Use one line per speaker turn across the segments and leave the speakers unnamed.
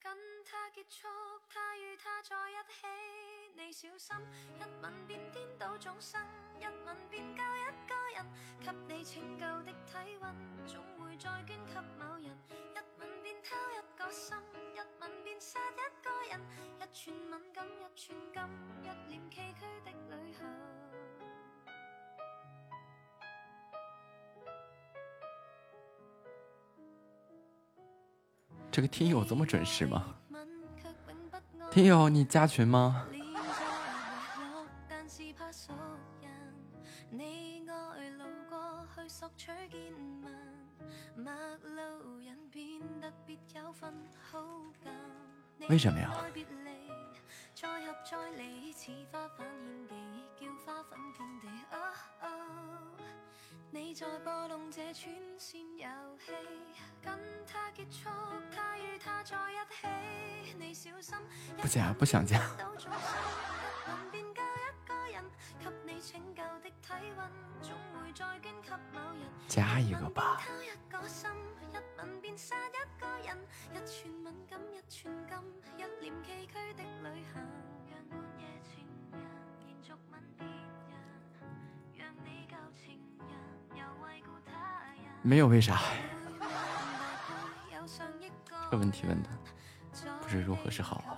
他結束，他與他在一起，你小心，一吻便顛倒眾生，一吻便救一個人，給你拯救的體溫，總會再捐給某人，一吻便偷一個心，一吻便殺一個人，一寸敏感一寸金，一臉崎嶇的旅行。
这个听友这么准时吗？听友，你加群吗？为什么呀？你在播弄這串線遊戲，跟他結束，他與他在一起，你小心。不加，不想加。加一個吧。没有为啥？这个问题问的不知如何是好啊。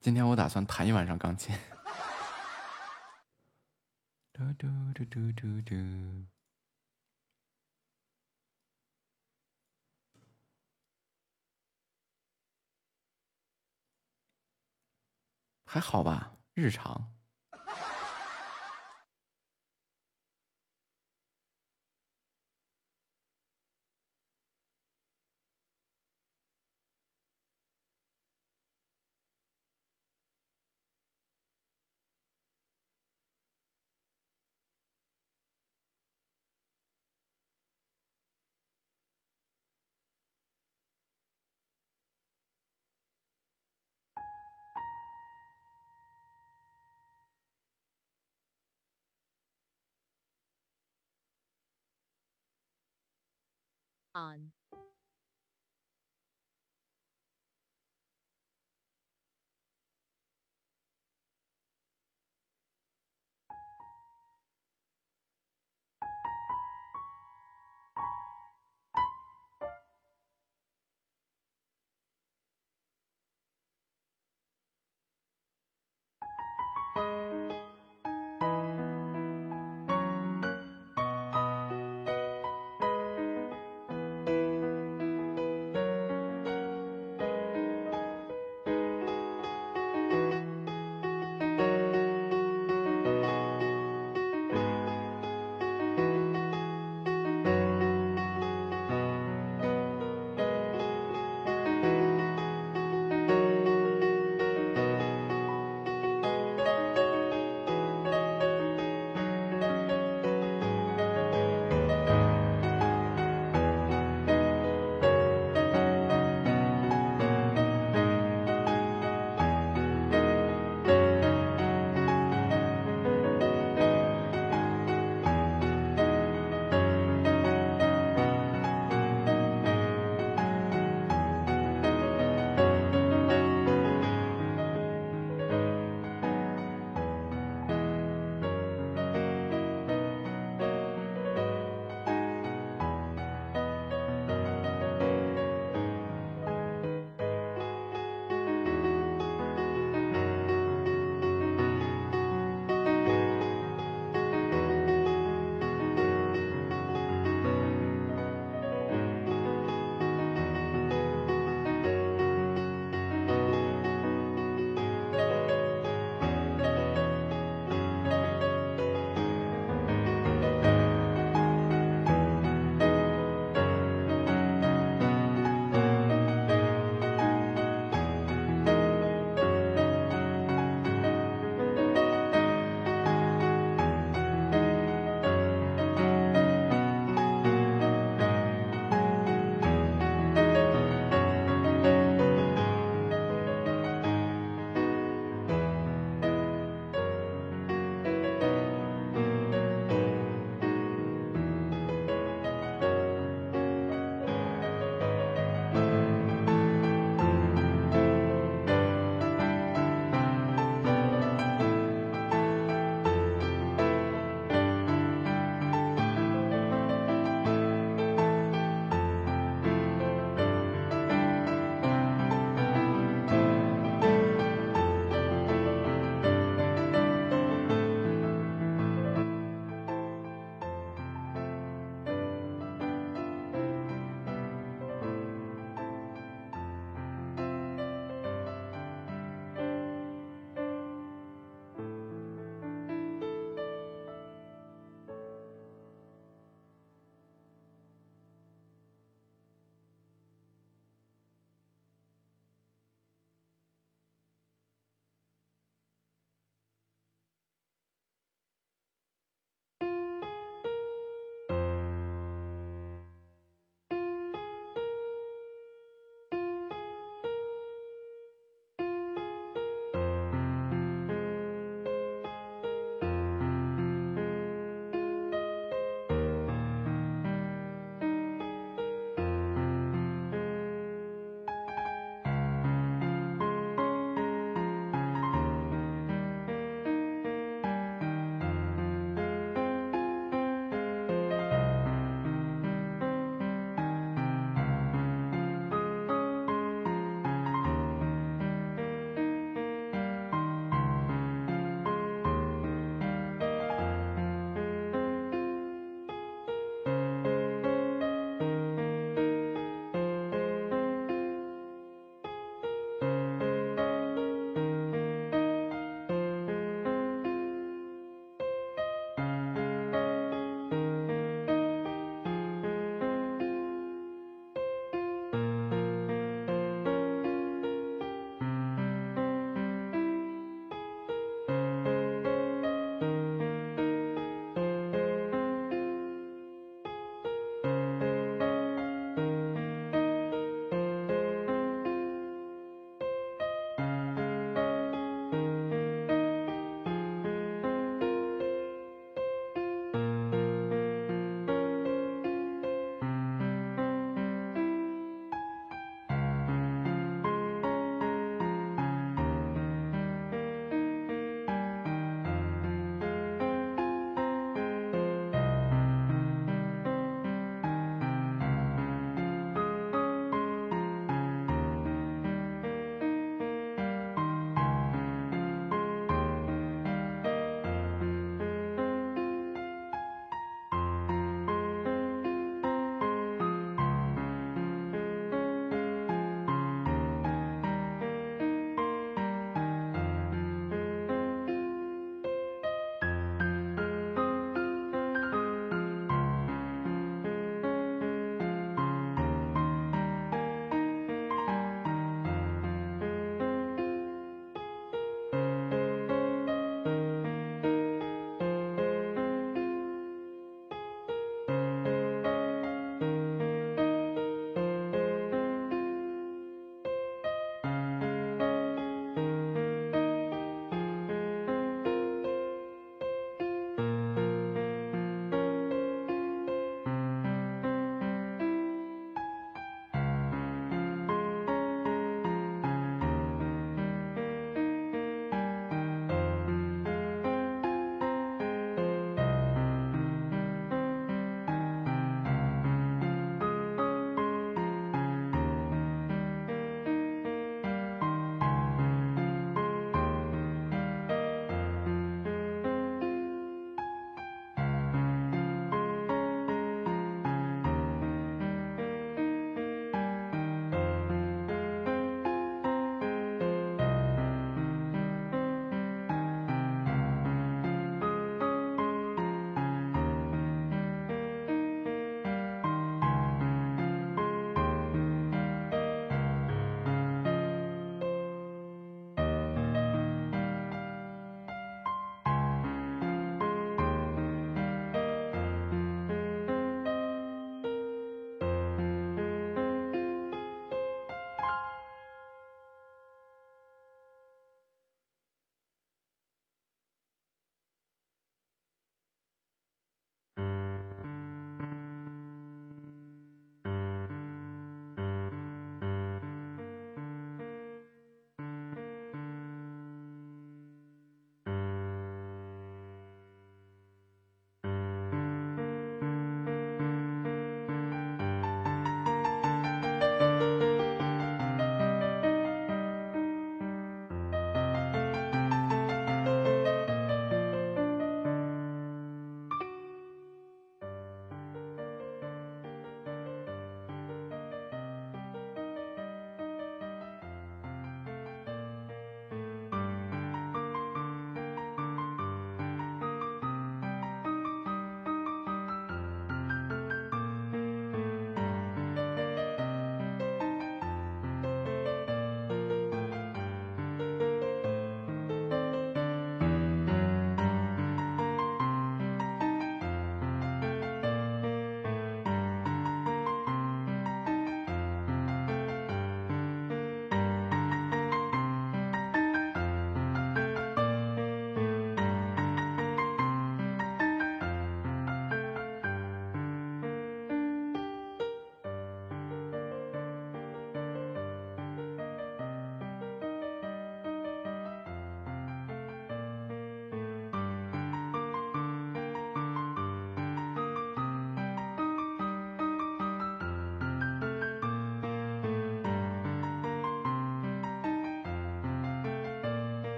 今天我打算弹一晚上钢琴。嘟嘟嘟嘟嘟嘟。还好吧，日常。
on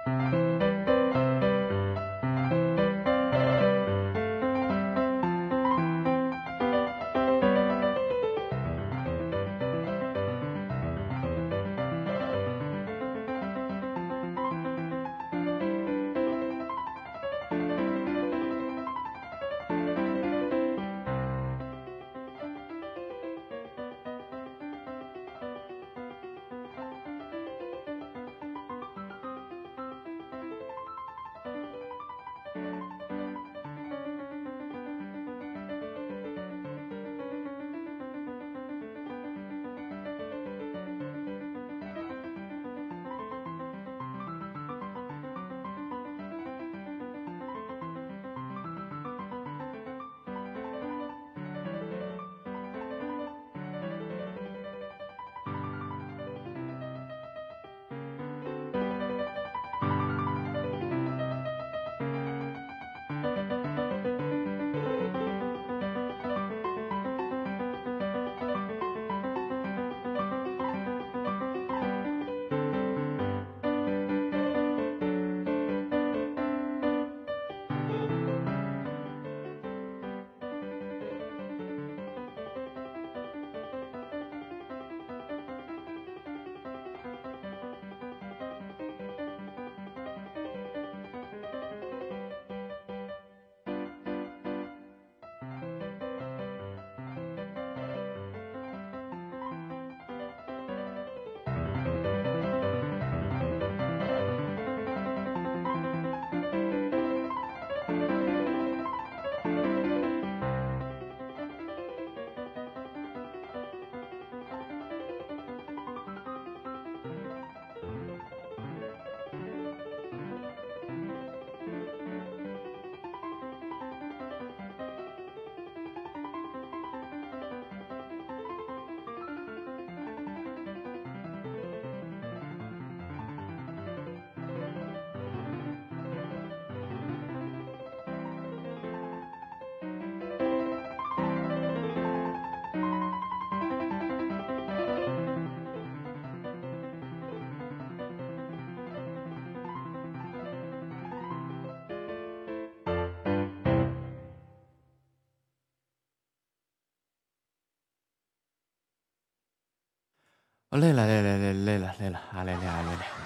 我累了，累了，累了，累了，累了，啊累累啊累累。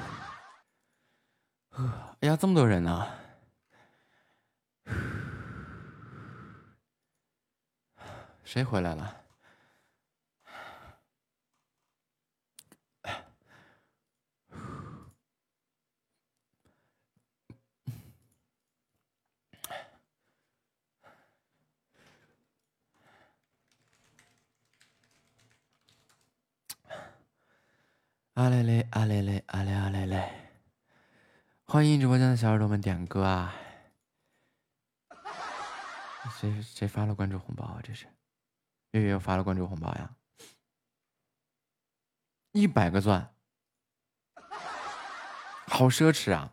哎呀，这么多人呢！谁回来了？啊嘞嘞，啊嘞嘞，啊嘞啊嘞嘞！欢迎直播间的小耳朵们点歌啊！谁发了关注红包啊？这是月月又发了关注红包呀！100个钻，好奢侈啊！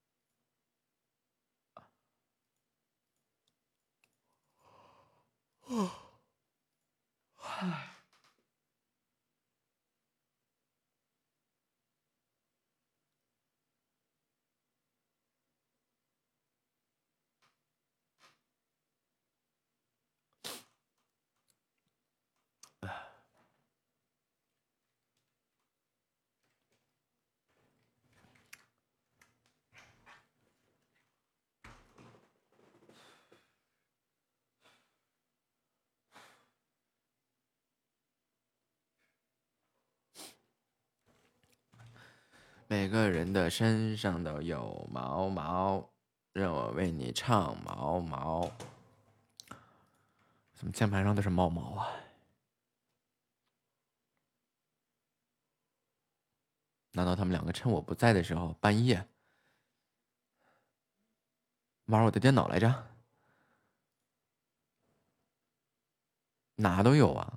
每个人的身上都有毛毛，让我为你唱毛毛。怎么键盘上都是毛毛啊？难道他们两个趁我不在的时候半夜玩我的电脑来着？哪都有啊！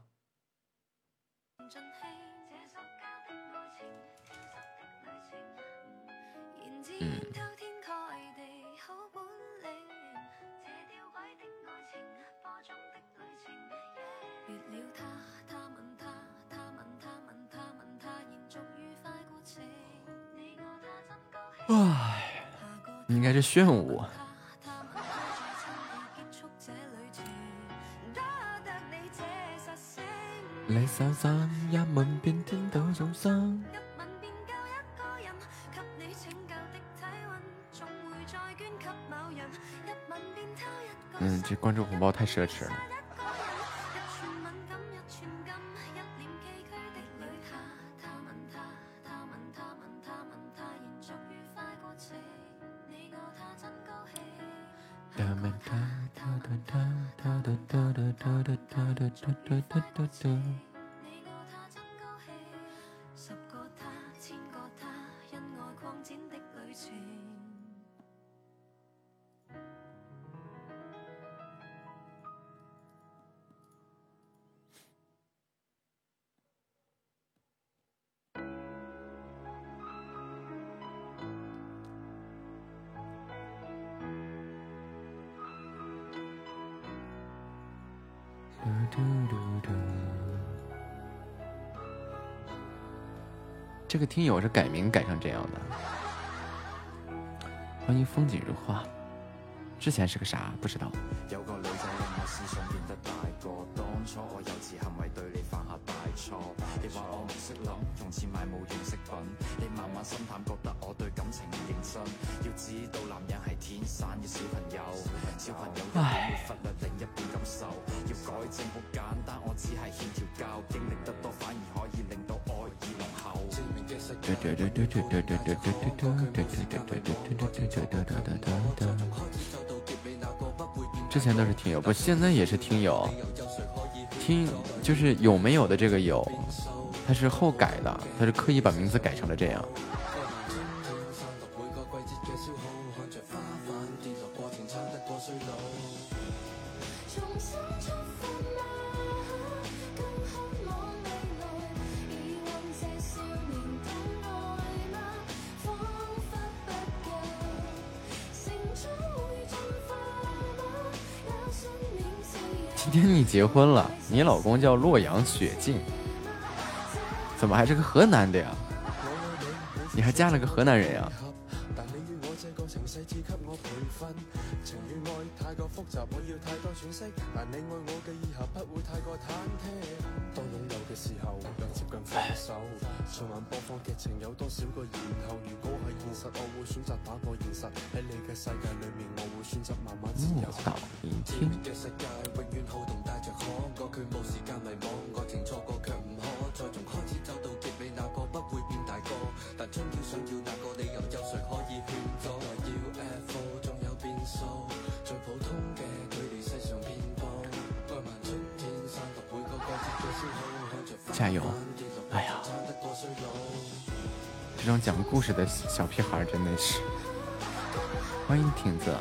唉。 应该是炫舞。你手上一吻便天到重生。这关注红包太奢侈了。这个听友是改名改成这样的。欢迎风景如画，之前是个啥不知道。有個女仔令我思想變得大個，當初我幼稚行為對你犯下大錯，你話我唔識諗，用錢買冇用飾品，你慢慢心淡，覺得我對感情唔認真。要知道男人係天生嘅小朋友，小朋友一定會忽略另一半感受，要改正好簡單，我只係欠條教，經歷得多反而可以令到愛意濃厚。之前都是听友，不，现在也是听友。听就是有没有的这个有，他是后改的，他是刻意把名字改成了这样。今天你结婚了，你老公叫洛阳雪静，怎么还是个河南的呀？你还嫁了个河南人呀？导聆听。加油！哎呀，这种讲故事的小屁孩真的是，欢迎挺子。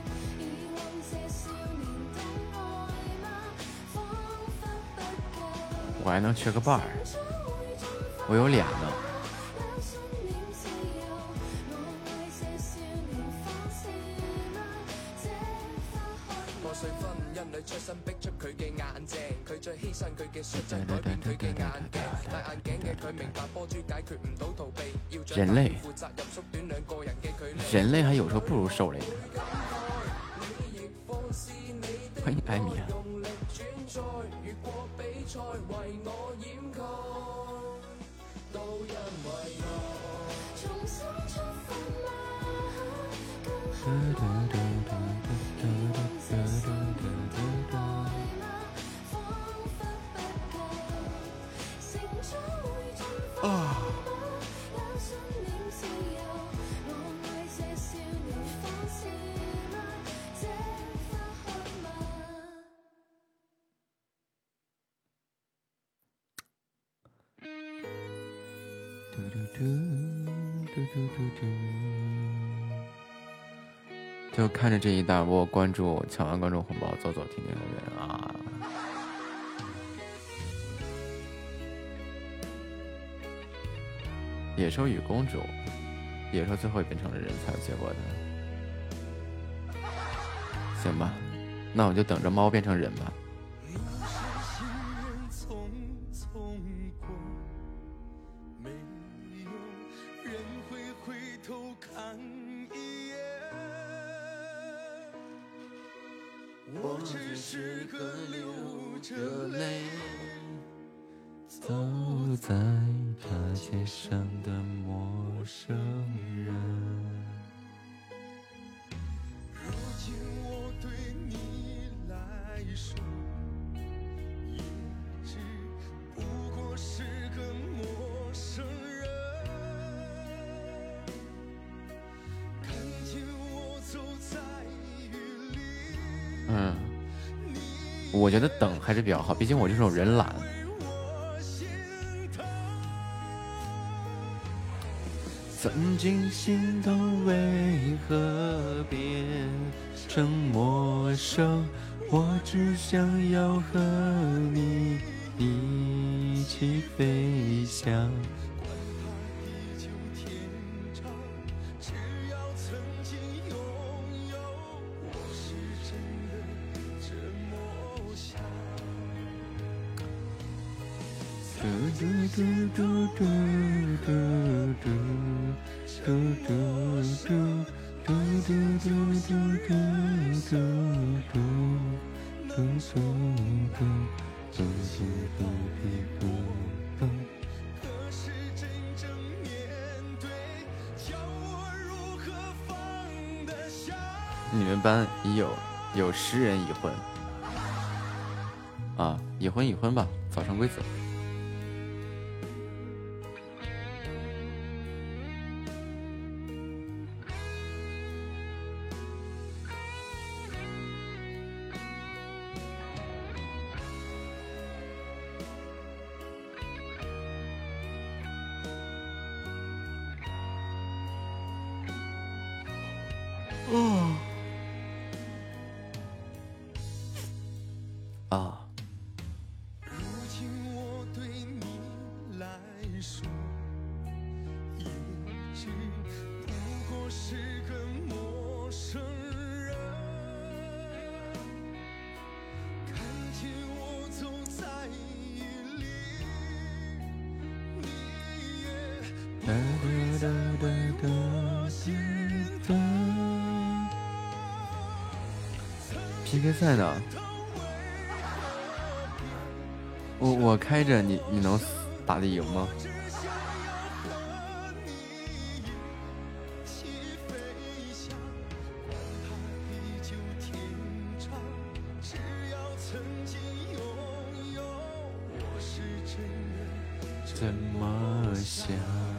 我还能缺个伴儿，我有俩呢。人类还有时候不如兽类呢。欢迎艾米啊！就看着这一大波关注，抢完关注红包，走走停停的人啊！野兽与公主，野兽最后也变成了人才有结果的。行吧，那我就等着猫变成人吧。 我只是个流着泪走在大街上的陌生人。如今我对你来说也只不过是个陌生人。看见我走在雨里，我觉得等还是比较好，毕竟我这种人懒。曾经心动，为何变成陌生？我只想要和你一起飞翔。你们班已有10人已婚啊，已婚吧，早生贵子。PK 赛呢？我开着你能打得赢吗？怎么想？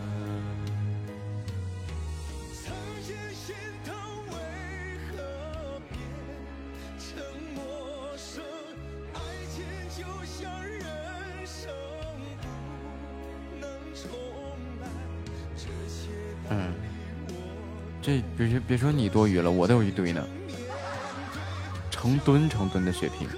这别说你多余了，我都有一堆呢，成吨的血瓶。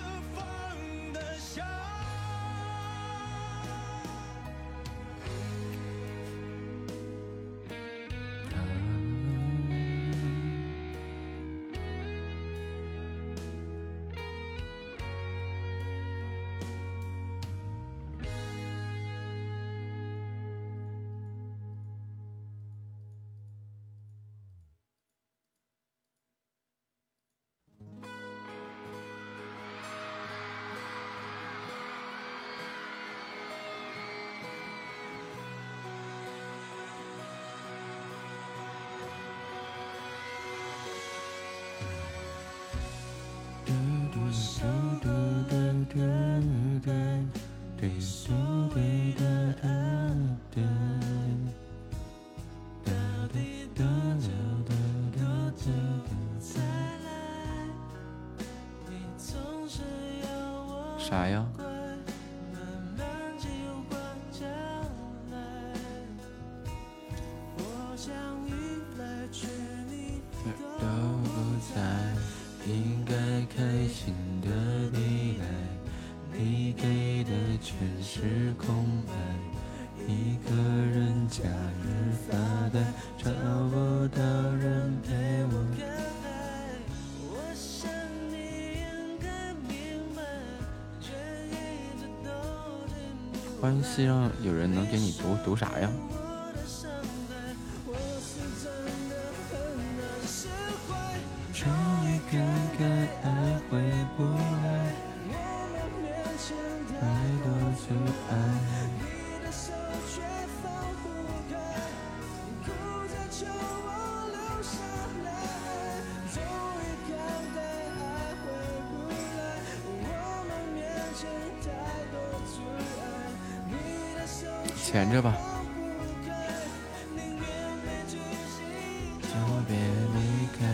啥呀？都不在，应该开心的离开，你给的全是空白，一个人假日发呆，找不到人陪我。欢喜让有人能给你读啥呀？终于敢爱会前着吧，就别离开。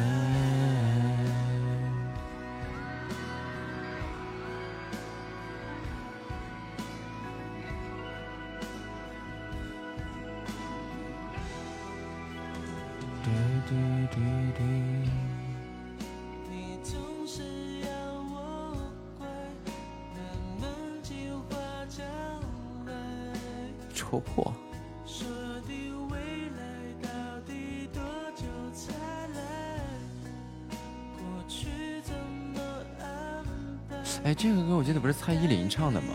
戳破。哎，这个歌我记得不是蔡依林唱的吗？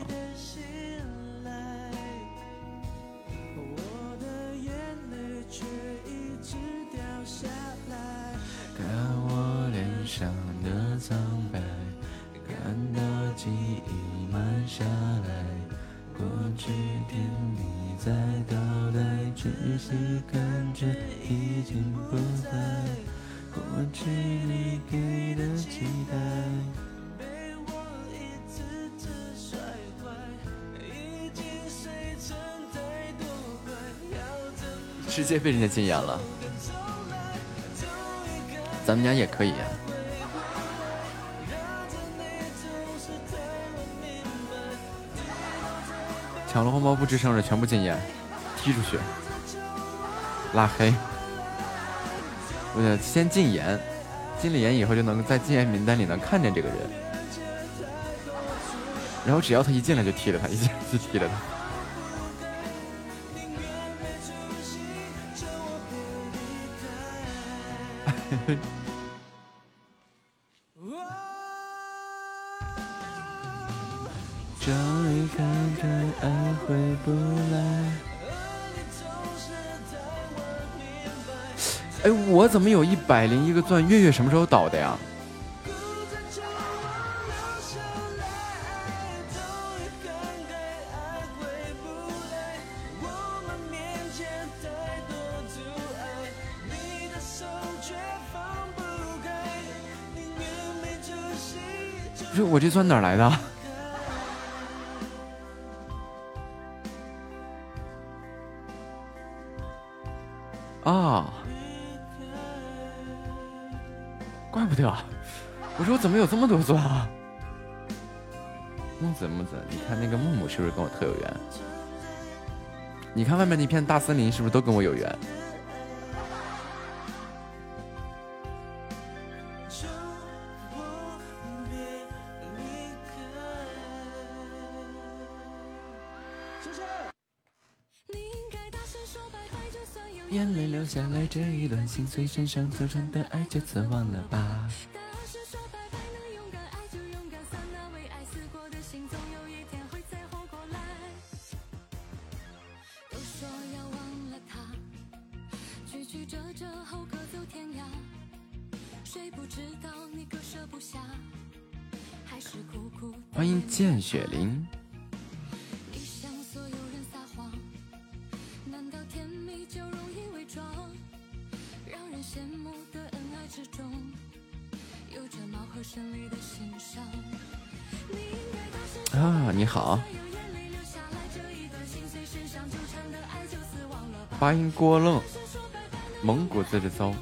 看我脸上的苍白，看到记忆慢下来，过去甜蜜在倒带，只是感觉已经不在，过去你给的期待。直接被人家禁言了，咱们家也可以啊。抢了红包不吱声的全部禁言，踢出去，拉黑。我得先禁言，禁了言以后就能在禁言名单里能看见这个人，然后只要他一进来就踢了他，一进来就踢了他。终于看看爱回不来。哎，我怎么有101个钻？月月什么时候倒的呀？不是我这钻哪来的？啊，怪不得，我说我怎么有这么多钻啊？木子，你看那个木木是不是跟我特有缘？你看外面那片大森林是不是都跟我有缘？眼泪流下来，这一段心碎身上组成的爱就此忘了吧。欢迎见雪玲。啊，你好，八音郭楞，蒙古自治州。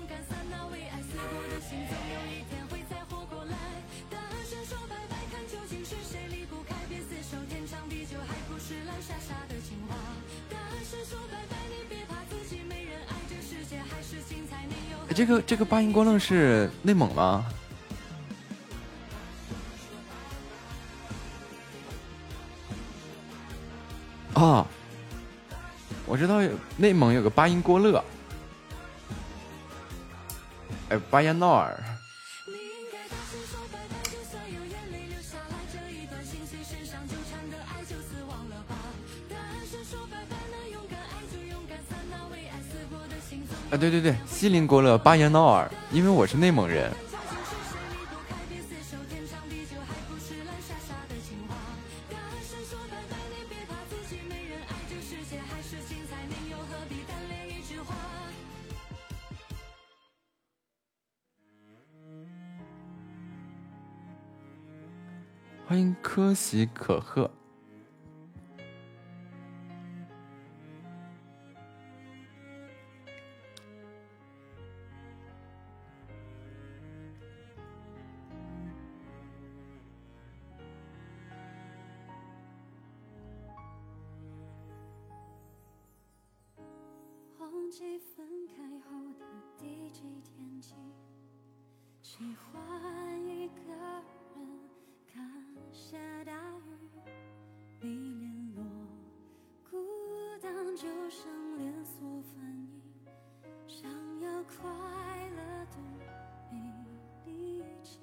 这个八音郭楞是内蒙吗？啊，我知道内蒙有个巴音郭勒，哎，巴彦淖尔。啊，对对对，锡林郭勒、巴彦淖尔，因为我是内蒙人。 欢迎科喜可贺。
忘记分开后的第几天起，喜欢一个人看下大雨，没联络，孤单就像连锁反应，想要快乐都没力气。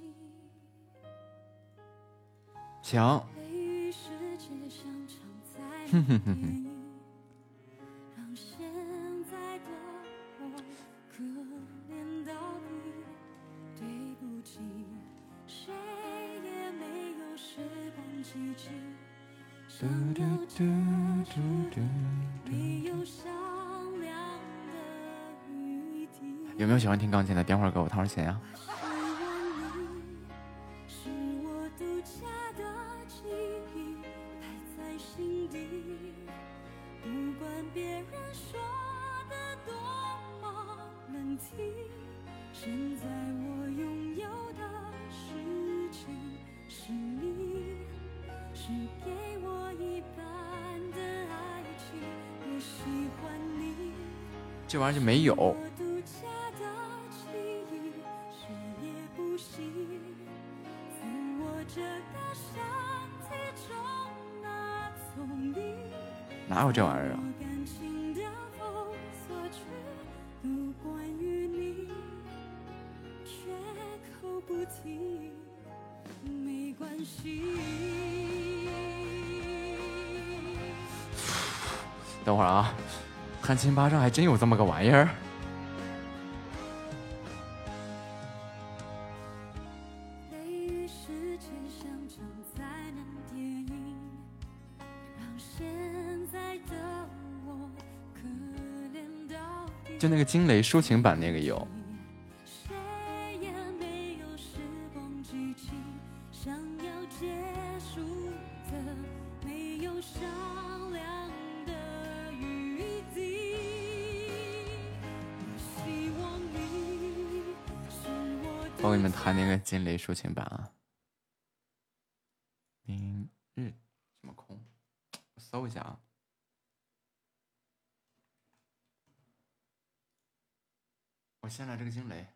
行。哼哼哼哼。让现在的我可怜到底，对不起，谁也没有时光机器，想要结束的没有商量的余地。有没有喜欢听钢琴的？点会儿给我弹会儿琴呀。这玩意儿就没有。哪有这玩意儿啊？等会儿啊，弹琴巴掌还真有这么个玩意儿。就那个惊雷抒情版那个有。我给你们弹那个惊雷抒情版啊。明日什么空？我搜一下啊。我先来这个惊雷。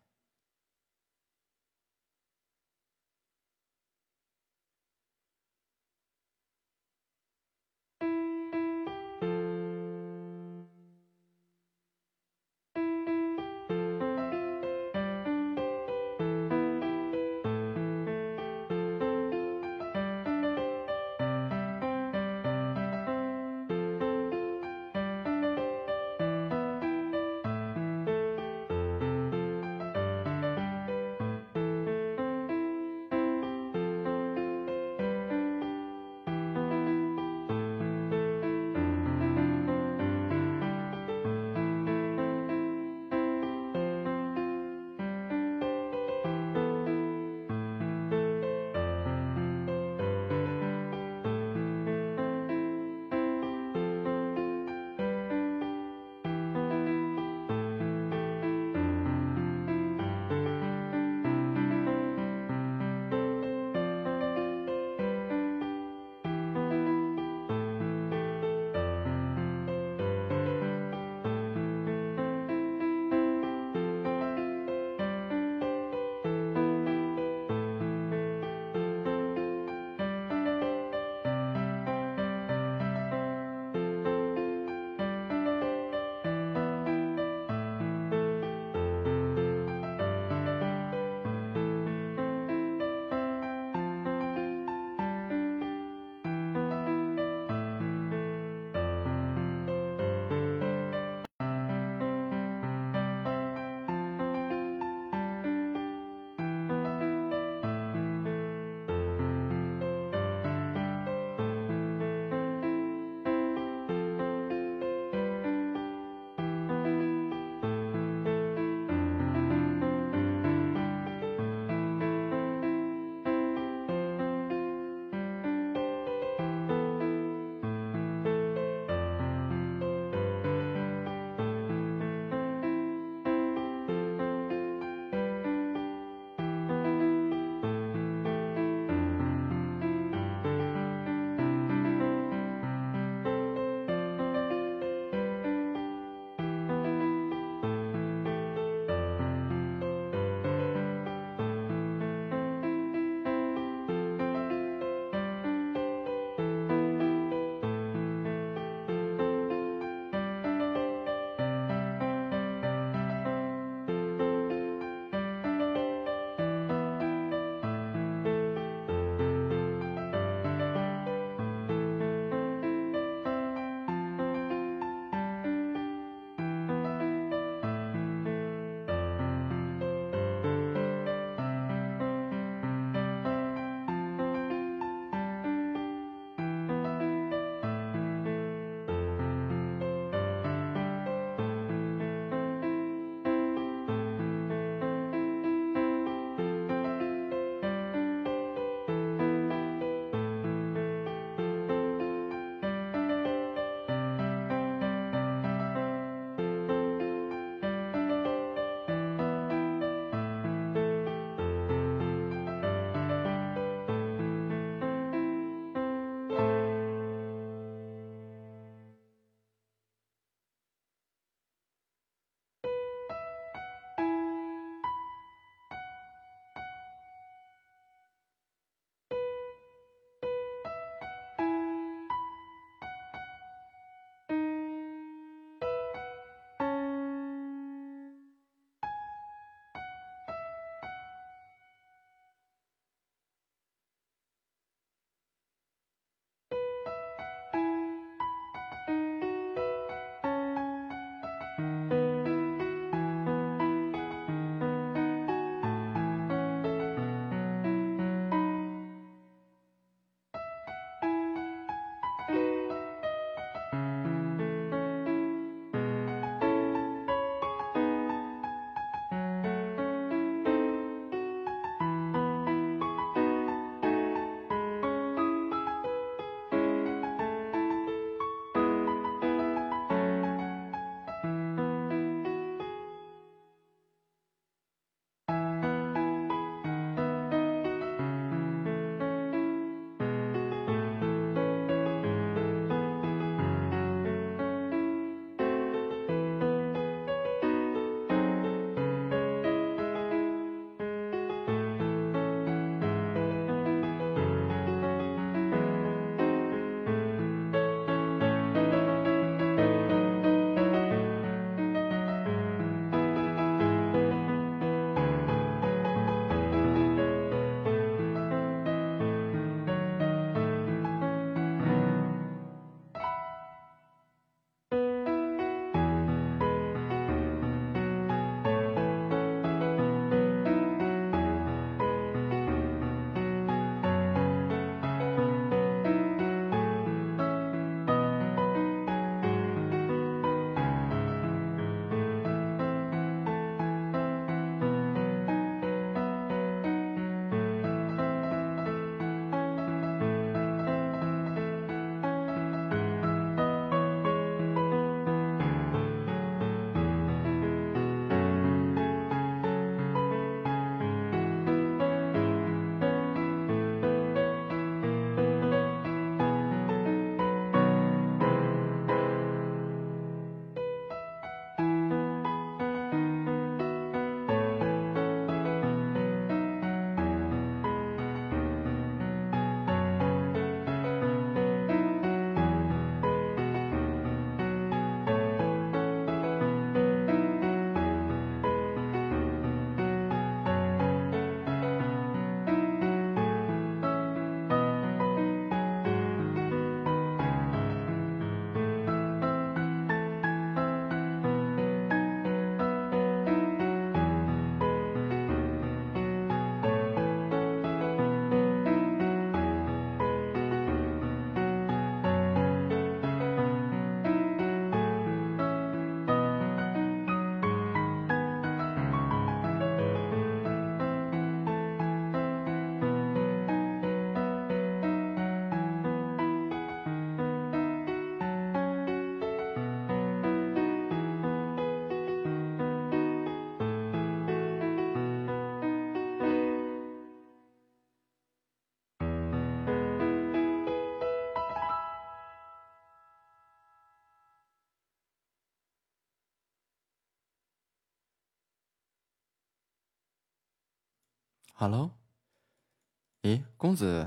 Hello， 咦，公子，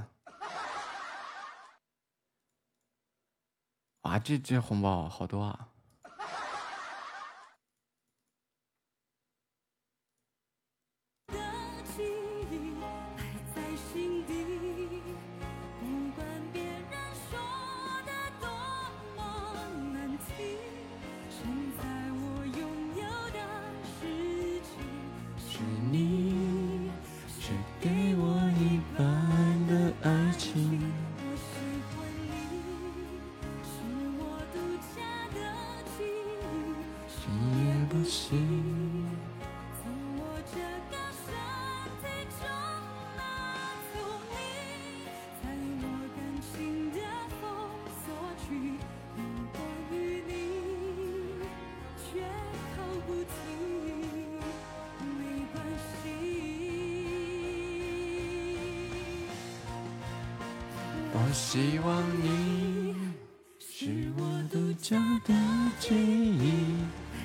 哇，这红包好多啊！是你，是给我一半的爱情。谁也不行。我希望你是我独家的记忆。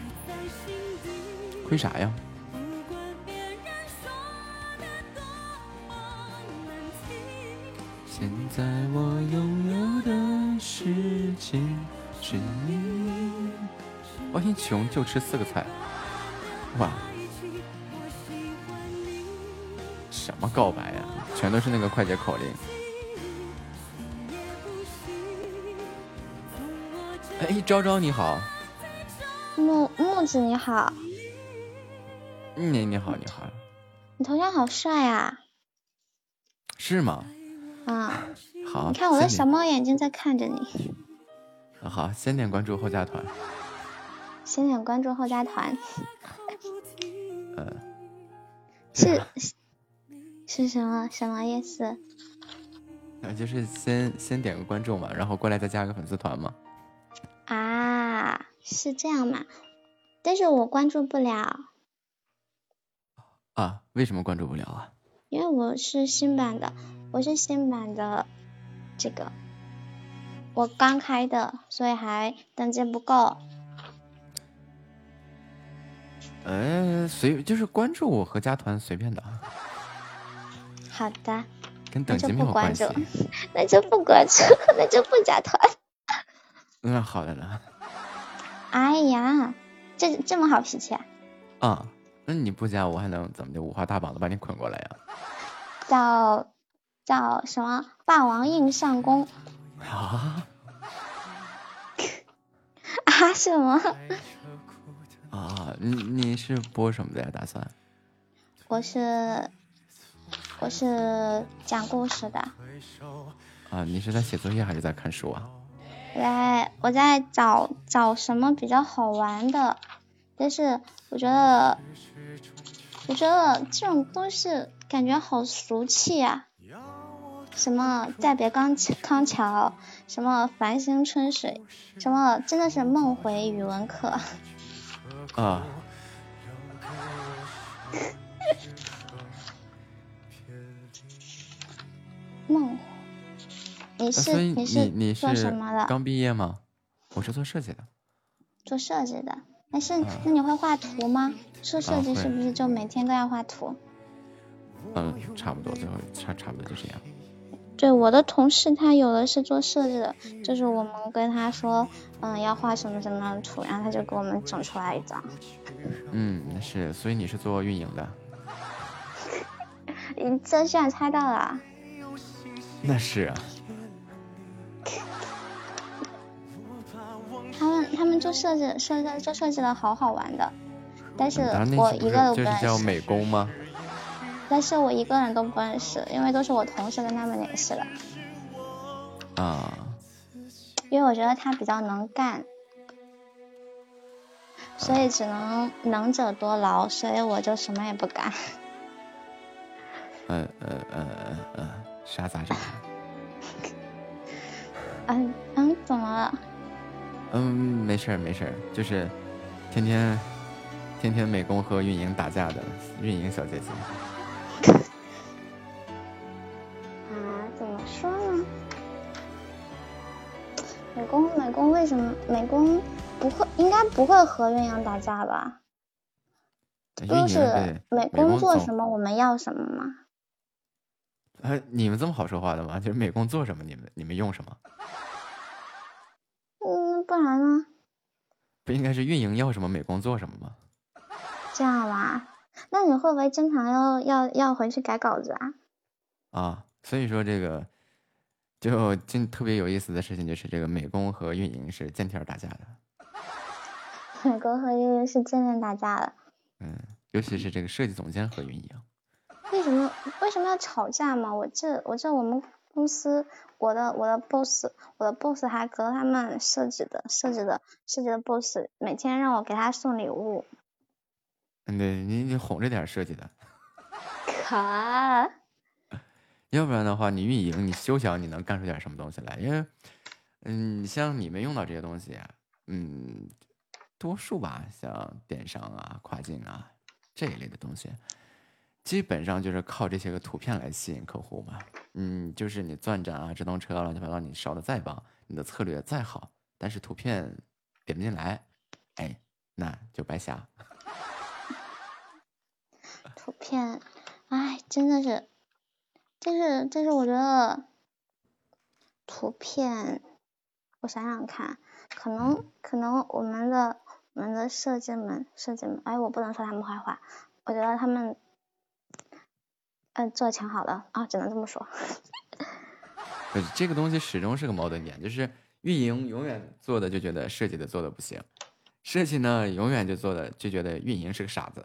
亏啥呀？现在我拥有的事情是你。我挺穷，就吃4个菜。哇，什么告白呀？全都是那个快捷口令。哎，昭昭你好。
木子你好。
你好。
你头像好帅啊。
是吗？
啊。
好。
你看我的小猫眼睛在看着你。
好，先点关注后加团。
先点关注后加团。是什么意思？
就是先点个关注嘛，然后过来再加个粉丝团嘛。
啊，是这样嘛？但是我关注不了。
啊？为什么关注不了啊？
因为我是新版的，这个我刚开的，所以还等级不够。
就是关注我和加团随便的。
好的。
跟等级没有关系。
那就不关注，那就不加团。
好的呢。
哎呀，这么好脾气啊！
啊，那你不加我还能怎么的？五花大绑的把你捆过来呀？
叫什么？霸王硬上弓。
啊？
啊什么？
啊，你是播什么的呀？打算？
我是讲故事的。
啊，你是在写作业还是在看书啊？
我在找什么比较好玩的，但是我觉得这种东西感觉好俗气啊！什么再别康桥，什么繁星春水，什么真的是梦回语文课。
啊。
梦。你是做什么的？
刚毕业吗？我是做设计的。
做设计的，那你会画图吗？做设计是不是就每天都要画图？
差不多，最后差不多就这样。
对，我的同事他有的是做设计的，就是我们跟他说，要画什么什么的图，然后他就给我们整出来一张。
是，所以你是做运营的。
你这居然猜到了？
那是啊。
他们做设计的好好玩的，但是我一个都不认识。
这是叫美工吗？
但是我一个人都不认识，因为都是我同事跟他们联系的。
啊。
因为我觉得他比较能干，所以只能者多劳，所以我就什么也不干。
啥？
怎么了？
没事，就是天天美工和运营打架的运营小姐姐。
怎么说呢？美工为什么美工应该不会和运营打架吧？都是美工做什么我们要什么吗？
你们这么好说话的吗？就是美工做什么，你们用什么？
不然呢？
不应该是运营要什么美工做什么吗？
这样吧，那你会不会经常要回去改稿子啊？
啊，所以说这个就特别有意思的事情就是这个美工和运营是见天打架的。
美工和运营是见面打架的。
尤其是这个设计总监和运营。
为什么要吵架嘛？我们公司我的 boss 还隔他们设计的 boss 每天让我给他送礼物。
对，你哄着点设计的。
可。
要不然的话，你运营你休想你能干出点什么东西来，因为像你们用到这些东西啊，多数吧，像电商啊、跨境啊这一类的东西，基本上就是靠这些个图片来吸引客户嘛。就是你钻展啊、直通车乱七八糟，你烧的再棒，你的策略再好，但是图片点不进来，哎，那就白瞎。
图片，哎，真的是，但是我觉得图片，我想想看，可能我们的设计们，哎，我不能说他们坏话，我觉得他们，做的挺好的啊，只能这么说。
这个东西始终是个矛盾点，就是运营永远做的就觉得设计的做的不行，设计呢永远就觉得运营是个傻子。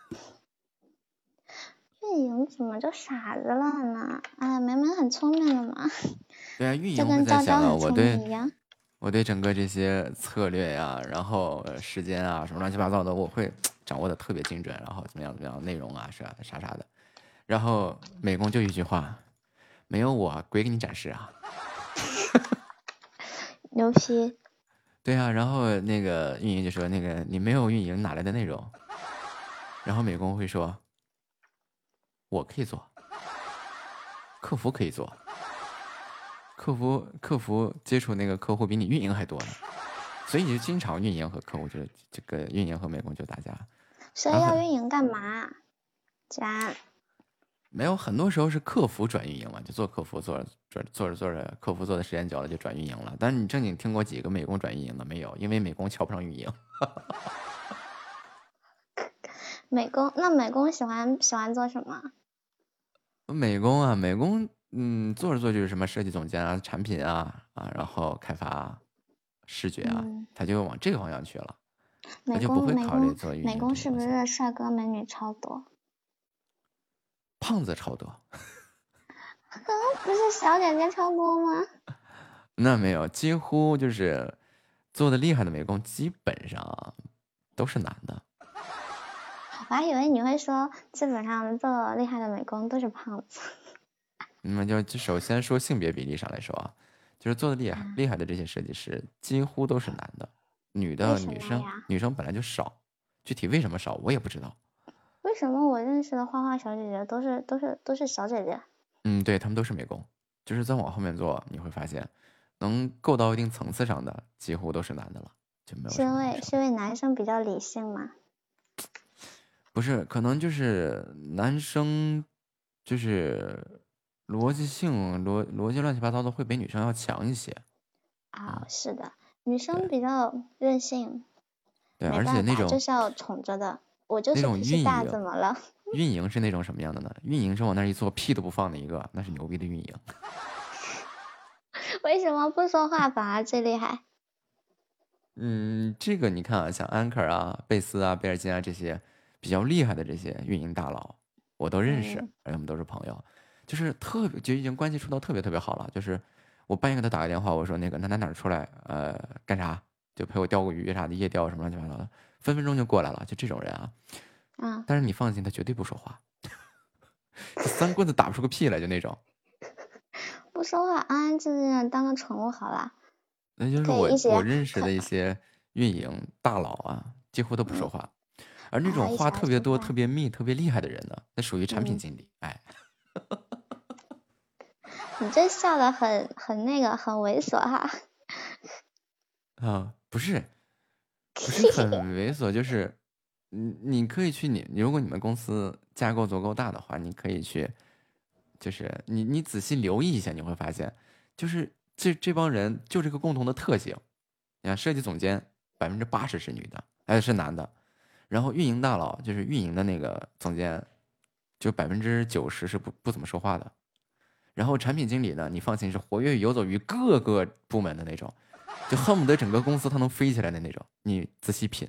运营怎么就傻子了呢？哎，明明很聪明的嘛。
对啊，运营
就跟昭昭很聪明一样。
我对整个这些策略呀，然后时间啊，什么乱七八糟的，我会掌握的特别精准，然后怎么样，内容啊，啥的。然后美工就一句话，没有我鬼给你展示啊。
牛批。
对啊，然后那个运营就说，那个你没有运营哪来的内容？然后美工会说，我可以做，客服可以做，客服接触那个客户比你运营还多呢，所以就经常运营和客户就是这个运营和美工就打架。
所以要运营干嘛？既然
没有，很多时候是客服转运营嘛，就做客服，做着，客服做的时间久了就转运营了。但是你正经听过几个美工转运营的没有？因为美工瞧不上运营。
美工喜欢做什么？
美工做着就是什么设计总监啊、产品啊，然后开发、视觉啊，他就往这个方向去了，他就不会考虑做运营。
美工是不是帅哥美女超多？
胖子超多。
不是小姐姐超多吗？
那没有，几乎就是做的厉害的美工基本上都是男的。
我还以为你会说基本上做厉害的美工都是胖子。
那就首先说性别比例上来说啊，就是做的厉害的这些设计师几乎都是男的，女生本来就少，具体为什么少我也不知道。
为什么我认识的画画小姐姐都是小姐姐？
对，他们都是美工，就是再往后面做，你会发现能够到一定层次上的几乎都是男的了，就没有。
是因为男生比较理性吗？
不是，可能就是男生就是逻辑性逻辑乱七八糟的会比女生要强一些。
是的，女生比较任性。
对，而且那种
就是要宠着的，我就是脾气大，怎么了？
运营是那种什么样的呢？运营是往那一坐屁都不放的一个，那是牛逼的运营。
为什么不说话反而最厉害？
这个你看啊，像安克啊、贝斯啊、贝尔金啊这些比较厉害的这些运营大佬，我都认识，而且我们都是朋友，就是就已经关系处到特别特别好了。就是我半夜给他打个电话，我说那个哪出来，干啥？就陪我钓个鱼啥的，夜钓什么乱七八糟的，分分钟就过来了。就这种人啊，但是你放心，他绝对不说话，三棍子打不出个屁来，就那种。
不说话，安安静静的当个宠物好了。
那就是我认识的一些运营大佬啊，几乎都不说话，而那种话特别多、特别密、特别厉害的人呢，那属于产品经理。哎，
你这笑得很那个，很猥琐哈。
不是很猥琐，就是你可以去如果你们公司架构足够大的话，你可以去就是你仔细留意一下，你会发现，就是这帮人就这个共同的特性。你看，设计总监80%是女的，是男的，然后运营大佬就是运营的那个总监，就90%是不怎么说话的。然后产品经理呢，你放心是活跃游走于各个部门的那种，就恨不得整个公司它能飞起来的那种。你仔细品，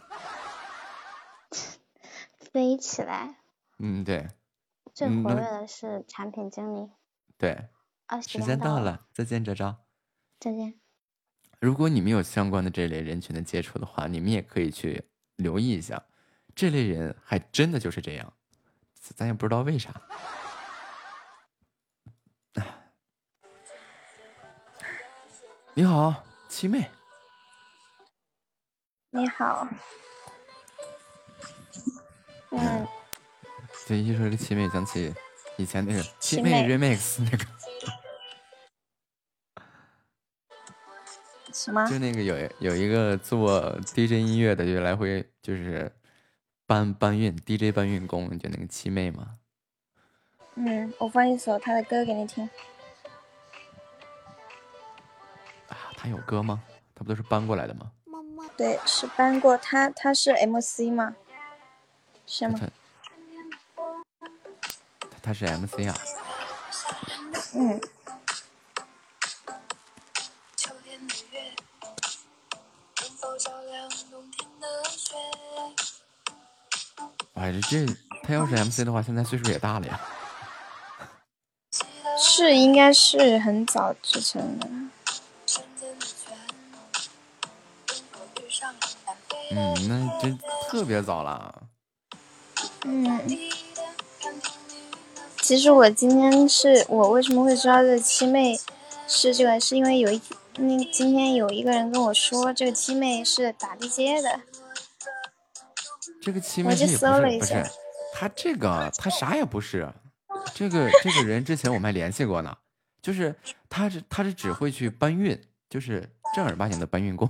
飞起来。
对。
最活跃的是产品经理。
对。时间到了，再见，哲哲。
再见。
如果你们有相关的这类人群的接触的话，你们也可以去留意一下，这类人还真的就是这样，咱也不知道为啥。你好，七妹。
你好。
对，一说这个七妹，想起以前那个七妹 remix 那个。
什么？
就那个有一个做 DJ 音乐的，就来回就是搬运 DJ 搬运工，就那个七妹嘛。
我放一首他的歌给你听。
他有歌吗？他不都是搬过来的吗？
对，是搬过。他是 MC 吗？是吗？
他是 MC 啊。这他要是 MC 的话，现在岁数也大了呀。
是，应该是很早之前的。
那真特别早了。
其实我今天我为什么会知道这个七妹是这个，是因为今天有一个人跟我说这个七妹是打 DJ 的。
这个七妹也不是，他啥也不是。这个人之前我们还联系过呢，就是他是只会去搬运，就是正儿八经的搬运工。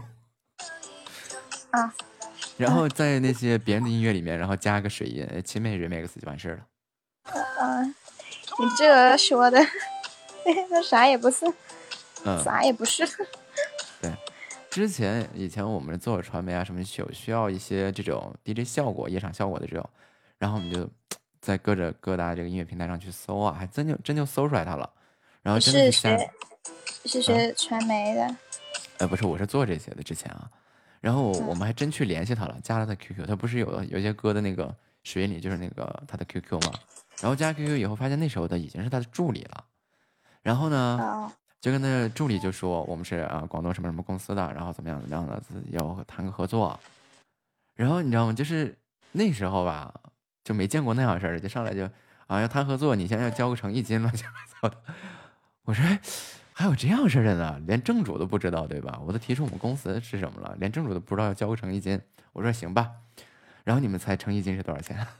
然后在那些别人的音乐里面，然后加个水印，七妹 remix 就完事了。
你这说的，那啥也不是，啥也不是。
对，以前我们做传媒啊什么需要一些这种 DJ 效果、夜场效果的这种，然后我们就在各大这个音乐平台上去搜啊，还真就搜出来它了。然后真的
是学传媒的？
不是，我是做这些的之前啊。然后我们还真去联系他了，加了他 QQ， 他不是有些歌的那个水印里就是那个他的 QQ 嘛。然后加 QQ 以后发现那时候的已经是他的助理了。然后呢，就跟那助理就说我们是广东什么什么公司的，然后怎么样的，要谈个合作。然后你知道吗？就是那时候吧，就没见过那样的事儿，就上来就要谈合作，你现在要交个诚意金，乱七八糟的。我说还有这样事的呢，连正主都不知道，对吧？我都提出我们公司是什么了，连正主都不知道要交个诚意金。我说行吧，然后你们猜诚意金是多少钱？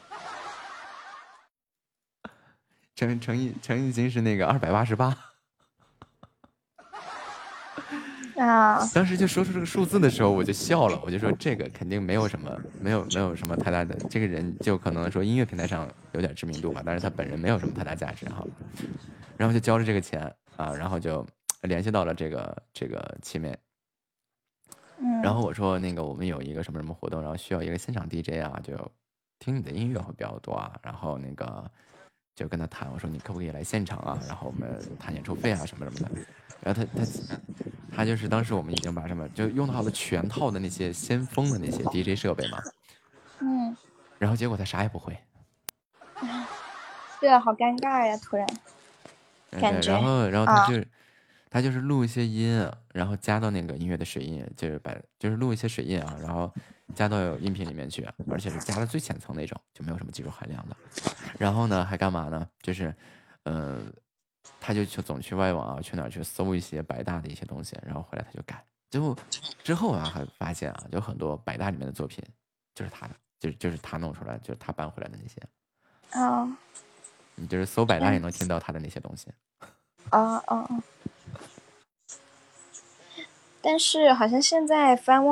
诚意金是那个288。当时就说出这个数字的时候，我就笑了，我就说这个肯定没有什么太大的，这个人就可能说音乐平台上有点知名度吧，但是他本人没有什么太大价值哈。然后就交了这个钱然后就联系到了这个七妹。然后我说那个我们有一个什么什么活动，然后需要一个现场 DJ 啊，就听你的音乐会比较多啊，然后那个就跟他谈，我说你可不可以来现场啊，然后我们谈演出费啊什么什么的。然后他就是当时我们已经把什么就用到了全套的那些先锋的那些 DJ 设备嘛。然后结果他啥也不会。
对啊，好尴尬呀，突然感觉。
然后他就是录一些音，然后加到那个音乐的水印，就是录一些水印啊，然后加到音频里面去，而且是加的最浅层那种，就没有什么技术含量的。然后呢，还干嘛呢？就是他就总去外网啊，去哪儿去搜一些百大的一些东西，然后回来他就改。之后还发现啊，有很多百大里面的作品就是他的，就是他弄出来，就是他搬回来的那些。你就是搜百大也能听到他的那些东西。
但是好像现在翻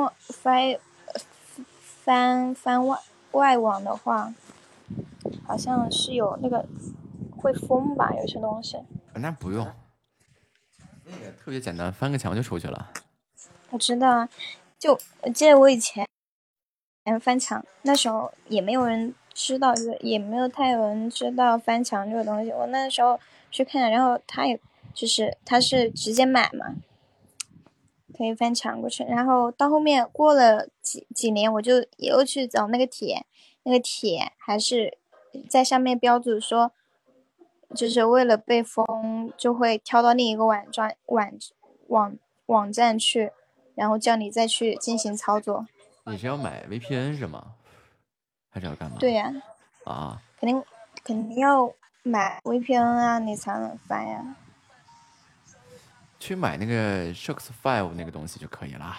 外网的话，好像是有那个会封吧，有些东西。
那不用，那个特别简单，翻个墙就出去了。
我知道，就我记得我以前翻墙，那时候也没有人知道，也没有太有人知道翻墙这个东西。我那时候去看，然后他是直接买嘛，可以翻墙过去。然后到后面过了几年，我就又去找那个帖，那个帖还是在上面标注说，就是为了被封，就会跳到另一个网站去，然后叫你再去进行操作。
你是要买 VPN 是吗？还是要干嘛？
对呀、
啊，
肯定要买 VPN 啊，你才能翻呀。
去买那个 Shopify 那个东西就可以了。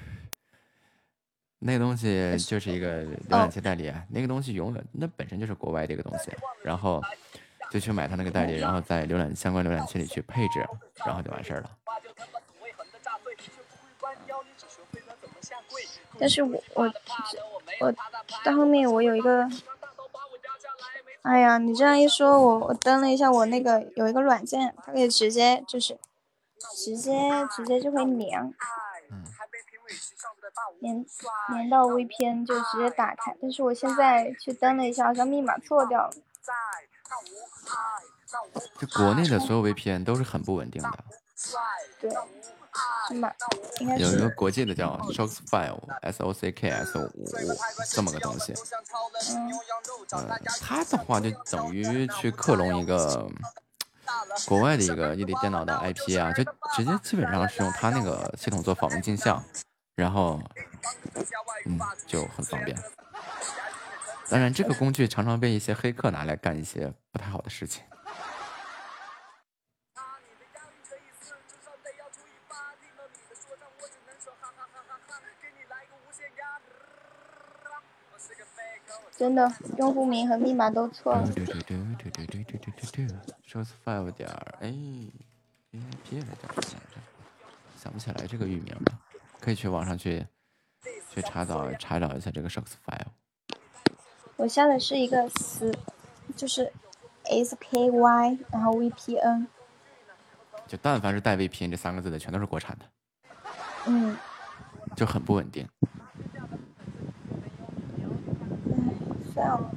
那个东西就是一个浏览器代理，那个东西那本身就是国外的一个东西，然后就去买它那个代理，然后在相关浏览器里去配置，然后就完事儿了。
但是我到后面我有一个，哎呀，你这样一说，我登了一下我那个有一个软件，它可以直接就会连到 VPN 就直接打开，但是我现在去登了一下，好像密码错掉了。
就国内的所有 VPN 都是很不稳定的。
对，是吗？应该是
有一个国际的叫 Sockfile，SOCKS5这么个东西。它的话就等于去克隆一个国外的一个电脑的 IP 啊，就直接基本上是用它那个系统做访问镜像，然后就很方便。当然，这个工具常常被一些黑客拿来干一些不太好的事情。
真的，用户名和密码都错了。
Shopify 点APP 来叫什么来着？想不起来这个域名了，可以去网上去查找一下这个 Shopify。
我下的是一个就是 SKY， 然后 VPN。
就但凡是带 VPN 这3个字的，全都是国产的。就很不稳定。
算了，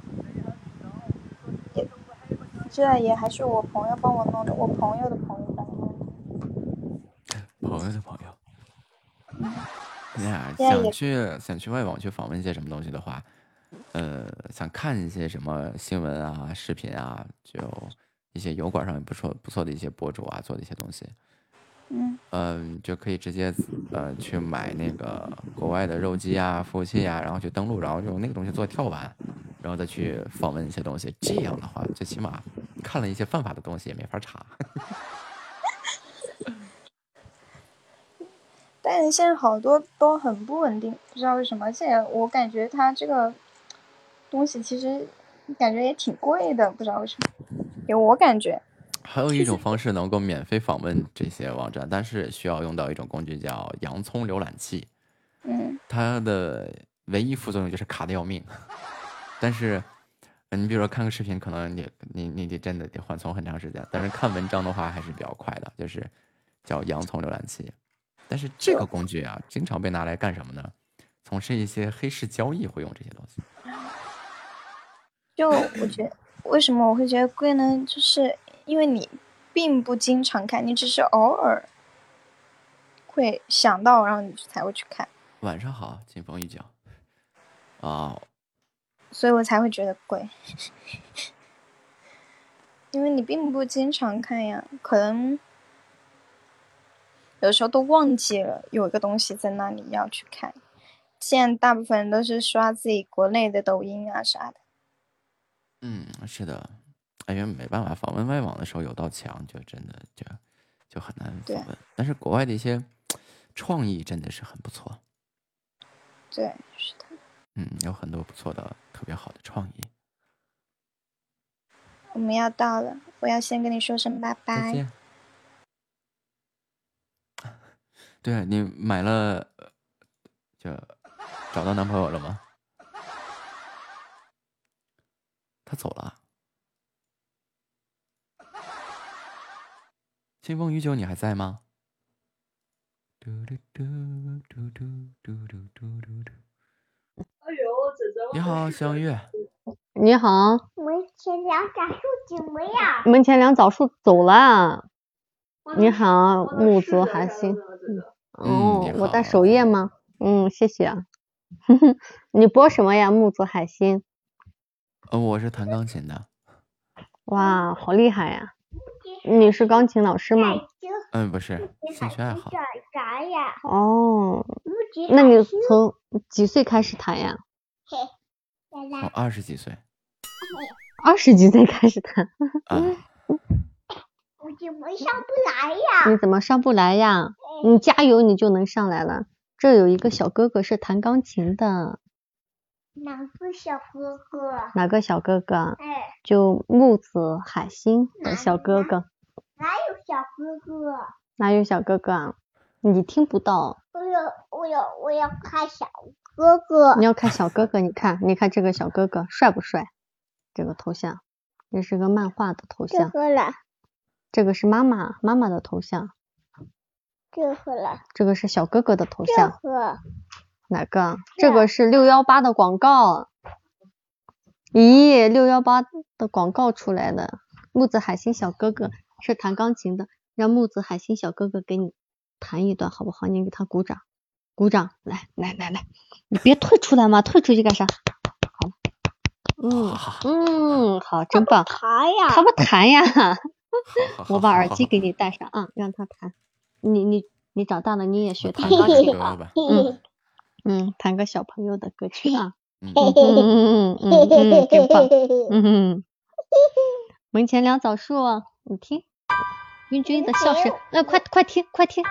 这也还是我朋友帮我弄的，我朋友的朋友帮我弄的。
朋友的朋友。你俩想去外网去访问一些什么东西的话，想看一些什么新闻啊、视频啊，就一些油管上面不错的一些博主啊做的一些东西，就可以直接去买那个国外的肉鸡啊、服务器啊，然后去登录，然后用那个东西做跳板，然后再去访问一些东西。这样的话，最起码看了一些犯法的东西也没法查。
但是现在好多都很不稳定，不知道为什么。而且我感觉它这个东西其实感觉也挺贵的，不知道为什么。给我感觉。
还有一种方式能够免费访问这些网站，但是需要用到一种工具叫洋葱浏览器。它的唯一副作用就是卡的要命。但是你比如说看个视频，可能你得真的得缓冲很长时间，但是看文章的话还是比较快的，就是叫洋葱浏览器。但是这个工具啊，经常被拿来干什么呢？从事一些黑市交易会用这些东西。
就我觉得，为什么我会觉得贵呢？就是因为你并不经常看，你只是偶尔会想到，然后你才会去看。
晚上好，金风玉角。
所以我才会觉得贵。因为你并不经常看呀，可能有时候都忘记了有一个东西在那里要去看。现在大部分人都是刷自己国内的抖音啊啥的。
是的，因为没办法，访问外网的时候有道墙，就真的就很难访问。但是国外的一些创意真的是很不错。
对，是的。
有很多不错的、特别好的创意。
我们要到了，我要先跟你说声拜拜。
再见。对啊，你买了就找到男朋友了吗？他走了。 清风雨酒，你还在吗？你好，香月。
你好。
门前两枣树怎么样？
门前两枣树走了。你好，木子海星。哦，我在首页吗？谢谢啊。你播什么呀，木子海星？
我是弹钢琴的。
哇，好厉害呀！你是钢琴老师吗？
不是，兴趣爱好。
哦，那你从几岁开始弹呀
？20几岁。
20几岁开始弹。
我怎么上不来呀？
你怎么上不来呀？你加油，你就能上来了。这有一个小哥哥是弹钢琴的。
哪个小哥哥？
哪个小哥哥？就木子海星的小哥哥。
哪有小哥哥？
哪有小哥哥啊？你听不到。
我要看小哥哥。
你要看小哥哥，你看这个小哥哥帅不帅？这个头像，这是个漫画的头像。这个是妈妈的头像。这个是小哥哥的头像。哪个？这个是618的广告。咦，618的广告出来了。木子海星小哥哥是弹钢琴的，让木子海星小哥哥给你弹一段好不好？你给他鼓掌，鼓掌，来，你别退出来嘛，退出去干啥？好，好，真棒。他不弹呀。我把耳机给你戴上啊，让他弹。你长大了你也学弹钢琴啊。弹个小朋友的歌曲啊。真棒。门前两枣树，你听，云君的笑声，快听，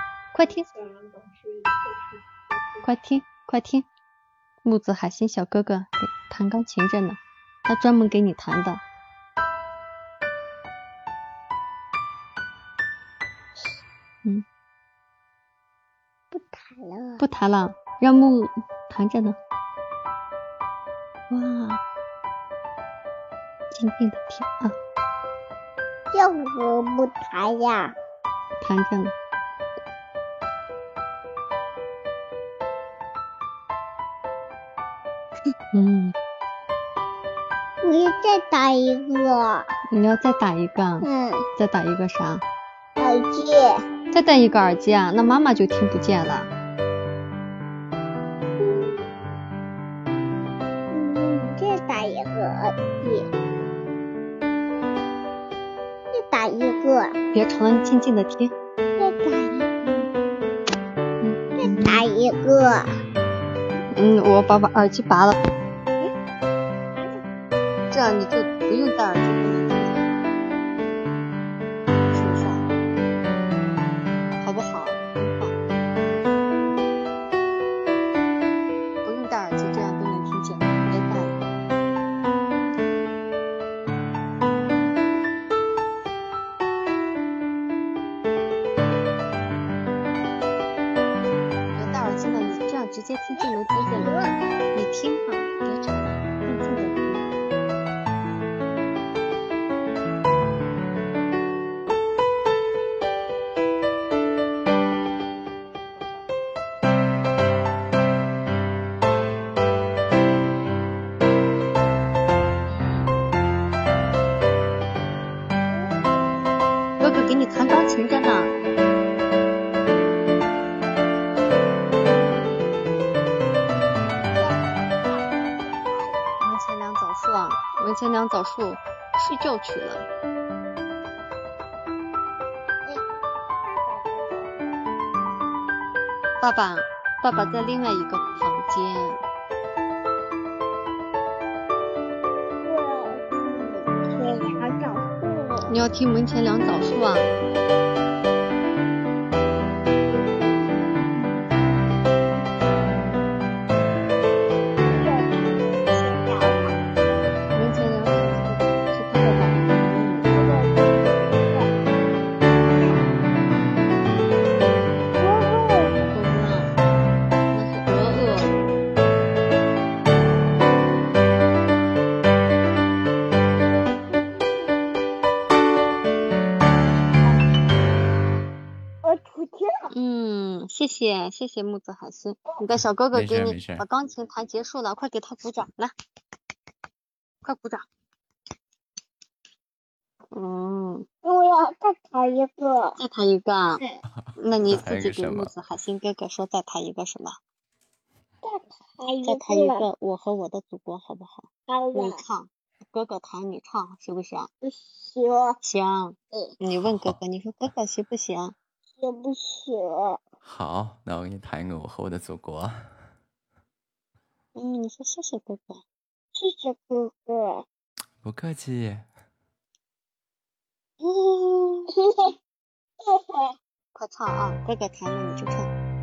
木子海星小哥哥弹钢琴着呢，他专门给你弹的。不弹了，让木弹着呢。哇，静静的听啊。
要我不弹呀？
弹着呢。
我要再打一个。
你要再打一个？再打一个啥？
耳机。
再戴一个耳机啊？那妈妈就听不见了。
再打一个耳机。再打一个。
别吵了，你静静的听。
再打一个。再打一个。
我把耳机拔了。这样你就不用戴耳机都能听见，是不是？好不好？很棒。不用戴耳机，这样都能听见，别戴了。别戴耳机了，你这样直接听就能听见了。你听哈，别吵了，静静的听。哥哥给你弹钢琴着呢。门前两枣树睡觉去了。爸爸在另外一个房间。你要听门前两枣树啊？ 谢木子海星，你的小哥哥给你
没事
把钢琴弹结束了，快给他鼓掌，来，快鼓掌。
我要再弹一个。
再弹一个啊？那你自己给
再弹一个什么
木子海星哥哥说再弹一个什么？
再弹一个。
我和我的祖国好不好？
好
你唱，哥哥弹你唱，行不行？
不行。
行。你问哥哥，你说哥哥行不行？
行不行？
好，那我给你弹一个《我和我的祖国》。
你说谢谢哥哥。
谢谢哥哥。
不客气。
快唱啊！哥哥弹了你就唱。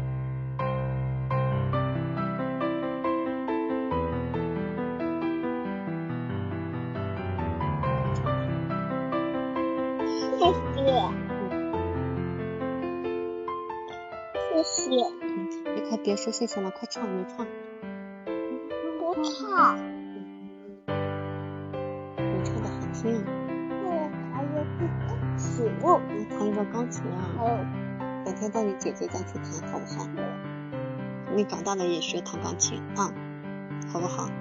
谢谢。
你快别说谢谢了，快唱，你唱。
不唱。
你唱的好听啊。
我
弹一个钢琴啊。改天到你姐姐家去弹好不好？你长大了也学弹钢琴啊，好不好？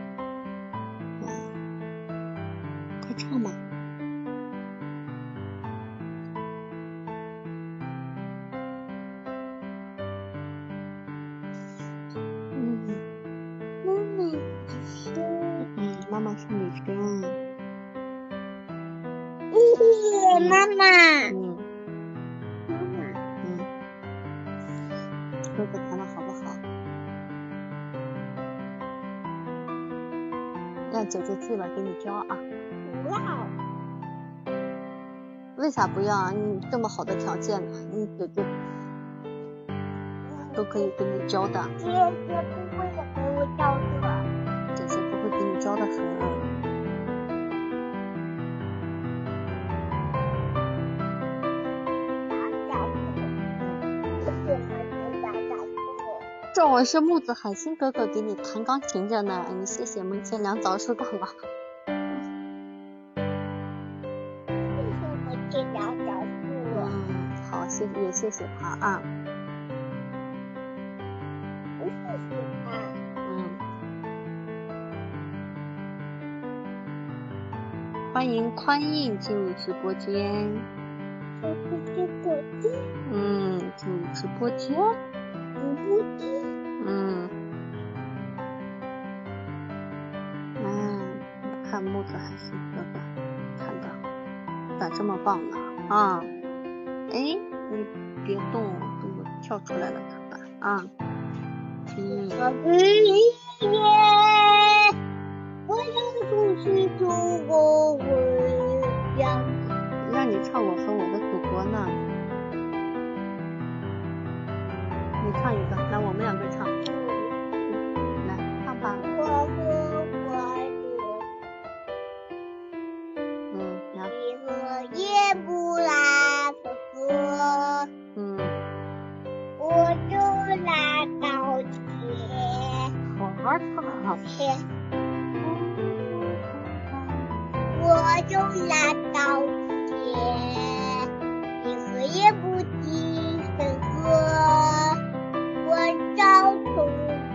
快唱吧。妈妈是女生。
妈妈。
哥哥弹的好不好？让姐姐记了给你教啊。
不要。
为啥不要啊？你这么好的条件呢，你姐姐都可以给你教的。
姐姐不会给我教的。
姐姐不会给你教的很。这我是木子海星哥哥给你弹钢琴着呢，你谢谢门前两枣树干嘛？
谢谢门前两枣树。
好，也谢谢他啊。
谢谢他。
欢迎宽印进入直播间。进入直播间。看木子海星哥哥弹的咋这么棒呢啊！你别动，等我跳出来了看看啊。
我要重新中国文样子。
让你唱我和我的祖国呢。你唱一个，来我们两个唱。来唱吧。
我和我的。你和也不来和。我就来道歉。
好好唱。
我就来道歉。你和也不提审核。我照从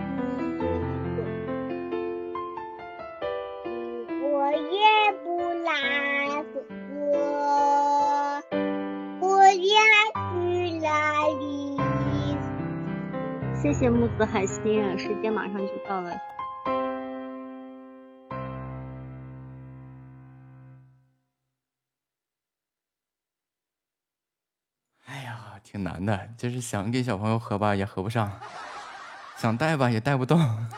我也不来和。我要去哪里？
谢谢木子海星，时间马上就到了。
哎呀，挺难的，就是想给小朋友合吧，也合不上；想带吧，也带不动。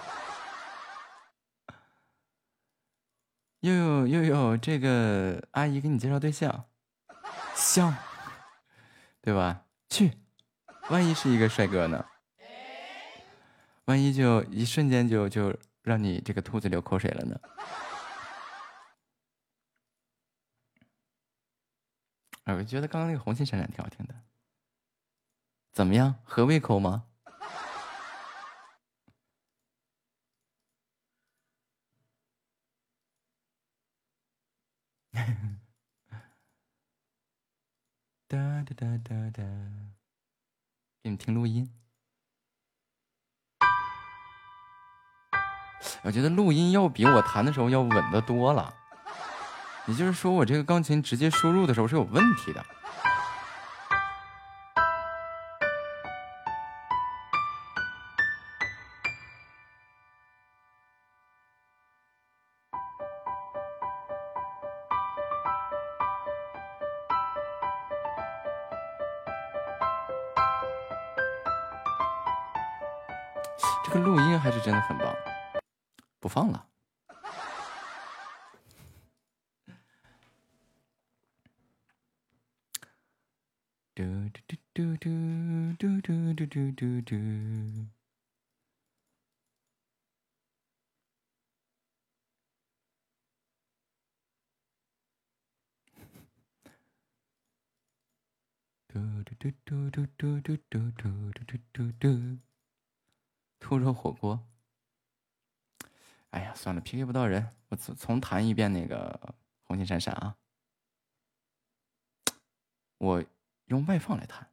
又有这个阿姨给你介绍对象，香，对吧？去，万一是一个帅哥呢？万一就一瞬间就让你这个兔子流口水了呢？我觉得刚刚那个红心闪闪挺好听的，怎么样？合胃口吗？哒哒哒哒哒。 给你听录音。我觉得录音要比我弹的时候要稳得多了，也就是说我这个钢琴直接输入的时候是有问题的。这个录音还是真的很棒，不放了。嘟嘟嘟嘟嘟嘟嘟嘟嘟嘟。嘟嘟嘟嘟嘟嘟嘟嘟嘟嘟嘟嘟。兔肉火锅。哎呀，算了 ，PK 不到人，我重弹一遍那个红心闪闪啊。我用外放来弹。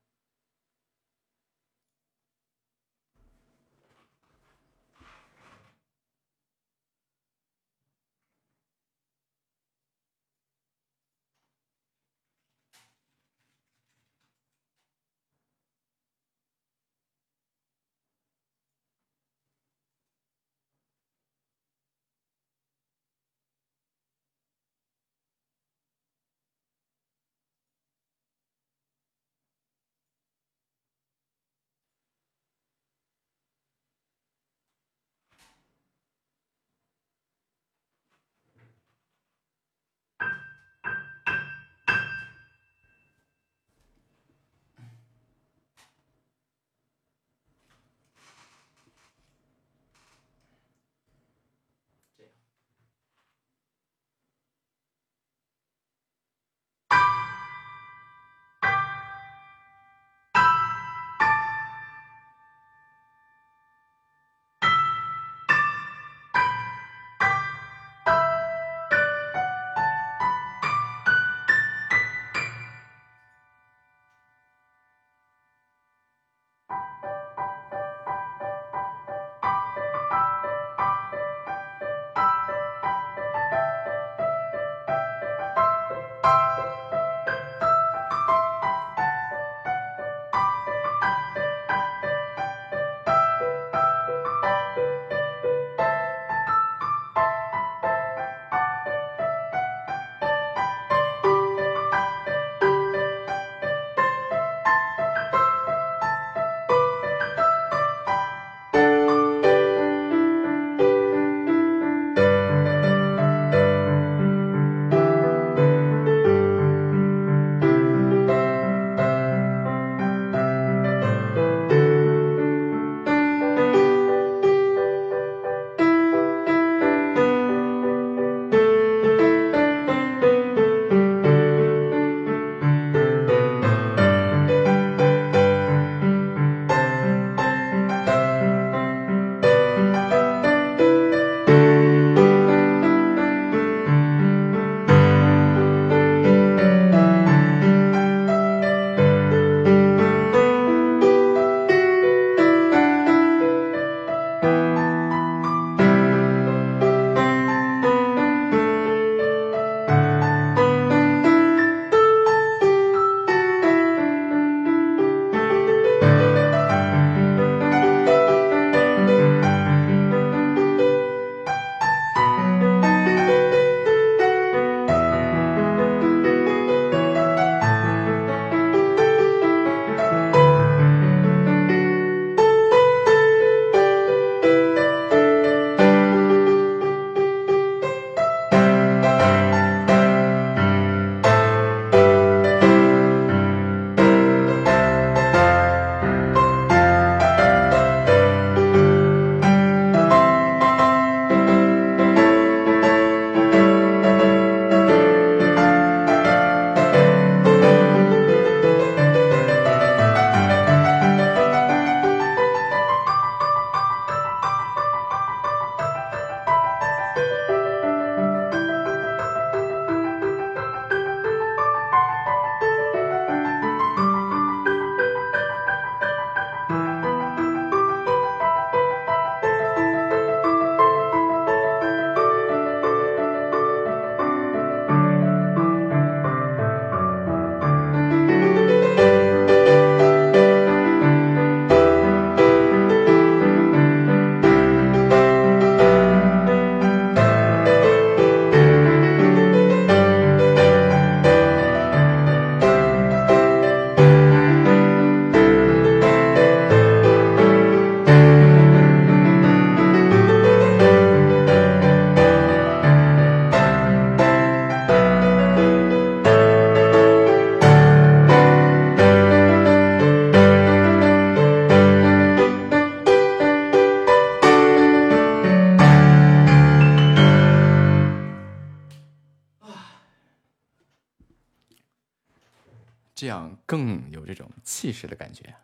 这样更有这种气势的感觉。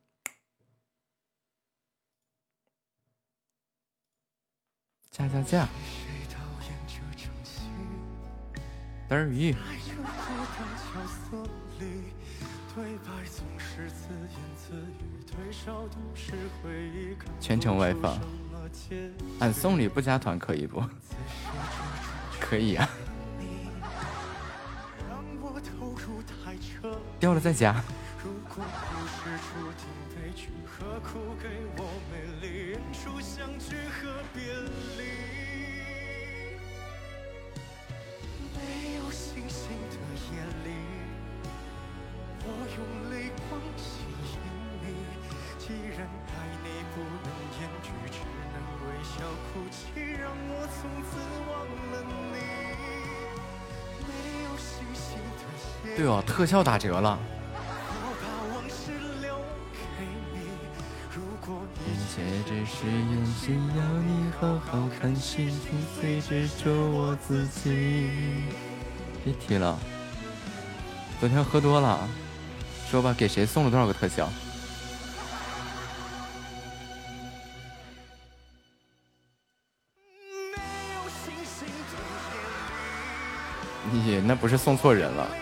驾驾驾！灯儿鱼。全程外放。俺送礼不加团可以不？可以啊。掉了再加。没有星星的夜里，我用泪光吸引你。既然爱你不能言语，只能微笑哭泣，让我从此忘了你。没有星星的夜里。对哦，特效打折了。一切只是演戏，要你好好看戏，听随只做我自己。别提了，昨天喝多了。说吧，给谁送了多少个特效？你那不是送错人了。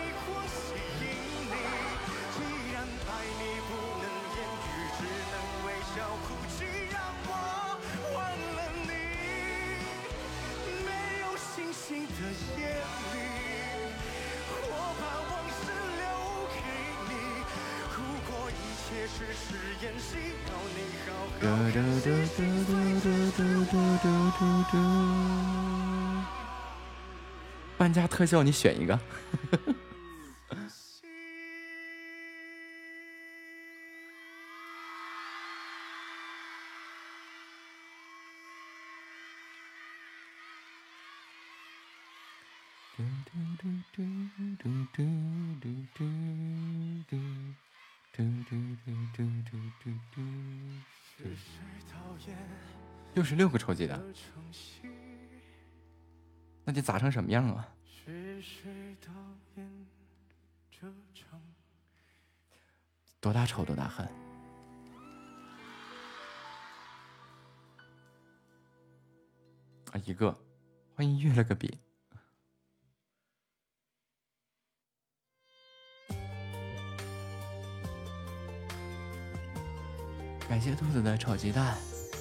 搬家特效，你选一个。66个抽鸡蛋，那得砸成什么样啊？多大仇多大恨。啊，一个，欢迎月了个笔。感谢兔子的炒鸡蛋。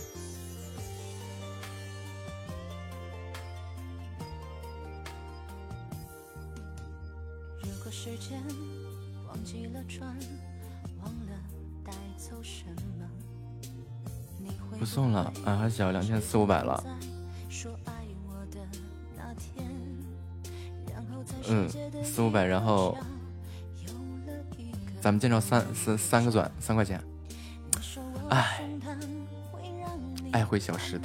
如果时间忘记了转，忘了带走什么，不送了，俺还小2400、500了。400、500，然后咱们见着三个钻，3块钱。唉，爱会消失的。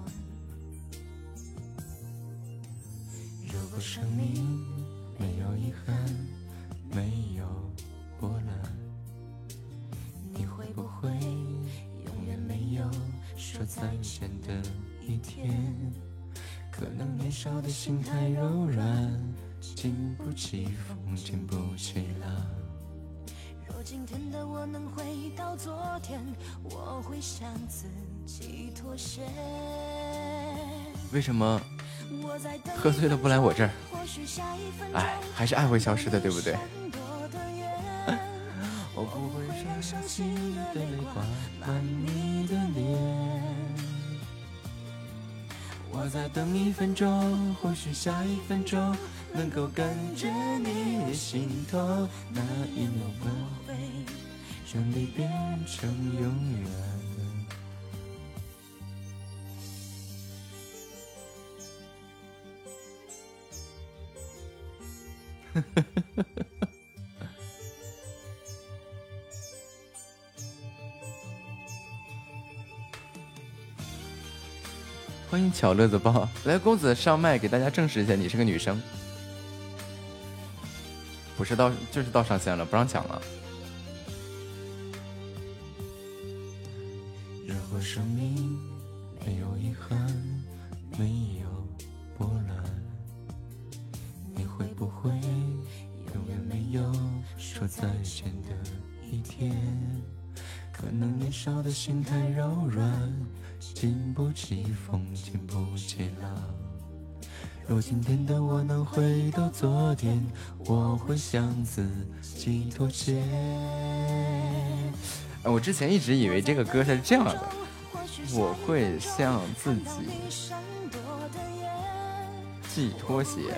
如果生命没有遗憾，没有波澜，你会不会永远没有说再见的一天？可能年少的心太柔软，经不起风，经不起浪。若今天的我能回到昨天，我会向自己妥协。为什么喝醉了不来我这儿？哎，还是爱会消失的，对不对？我不会让伤心的泪挂满你的脸。我再等1分钟，或许下1分钟能够跟着你的心头，那一秒我会让你变成永远。欢迎巧乐子包，来公子上麦给大家证实一下，你是个女生，不是到就是到上线了，不让抢了。如果生命没有遗憾，没有波澜，你会不会永远没有说再见的一天。可能年少的心太柔软，经不起风，经不起浪。若今天的我能回到昨天，我会向自己妥协。我之前一直以为这个歌是这样的，我会向自己妥协。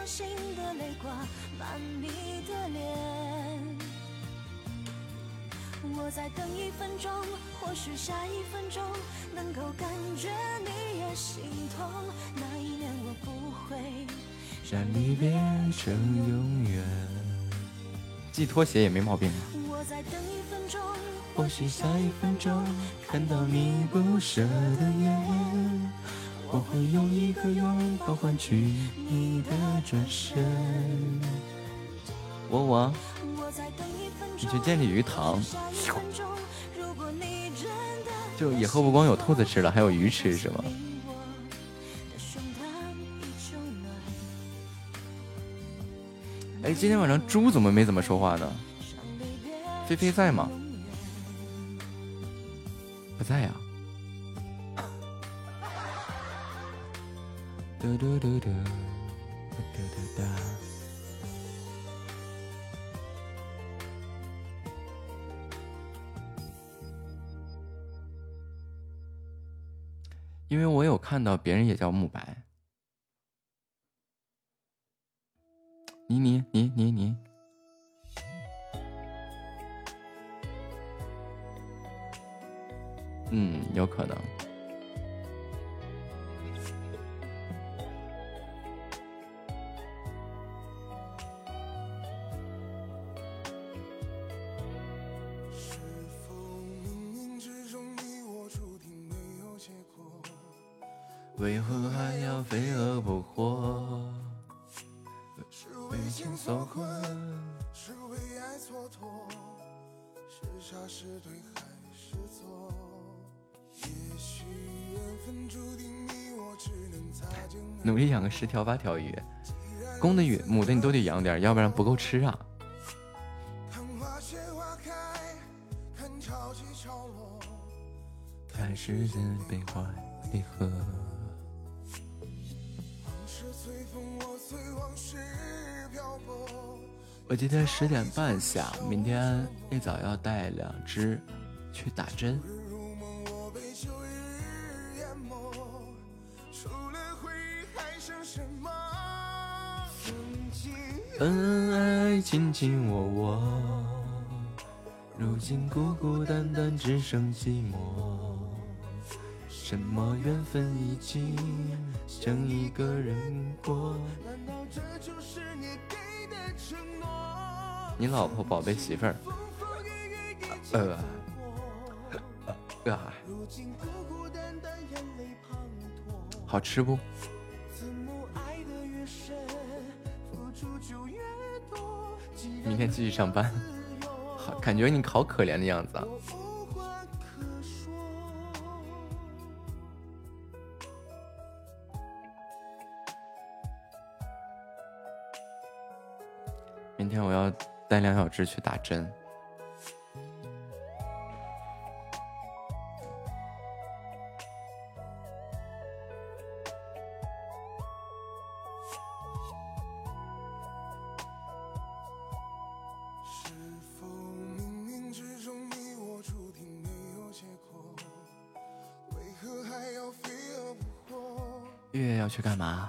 我再等1分钟，或许下1分钟能够感觉你也心痛。那一年我不会
让你变成永远。既妥协也没毛病啊。
我再等1分钟，
或许下1分钟看到你不舍的眼，我会用一个拥抱换取你的转身。我你去见鲤鱼塘，就以后不光有兔子吃了，还有鱼吃是吗？哎，今天晚上猪怎么没怎么说话呢？菲菲在吗？不在呀。嘟嘟嘟嘟嘟嘟嘟。因为我有看到别人也叫慕白。你，有可能。为何还要飞蛾扑火？是为情所困，是为爱蹉跎，是傻是对还是错？也许缘分注定你我只能擦肩而过。努力养个10条8条鱼，公的鱼母的你都得养点，要不然不够吃啊。看花谢花开，看潮起潮落，看时间悲欢离合。我今天10点半下，明天一早要带2只去打针。恩恩爱爱卿卿我我，如今孤孤单单只剩寂寞。什么缘分已经剩一个人过？难道这就是你给的承诺？你老婆宝贝媳妇儿，好吃不？明天继续上班，好，感觉你好可怜的样子啊。明天我要带2小只去打针。月月要去干嘛？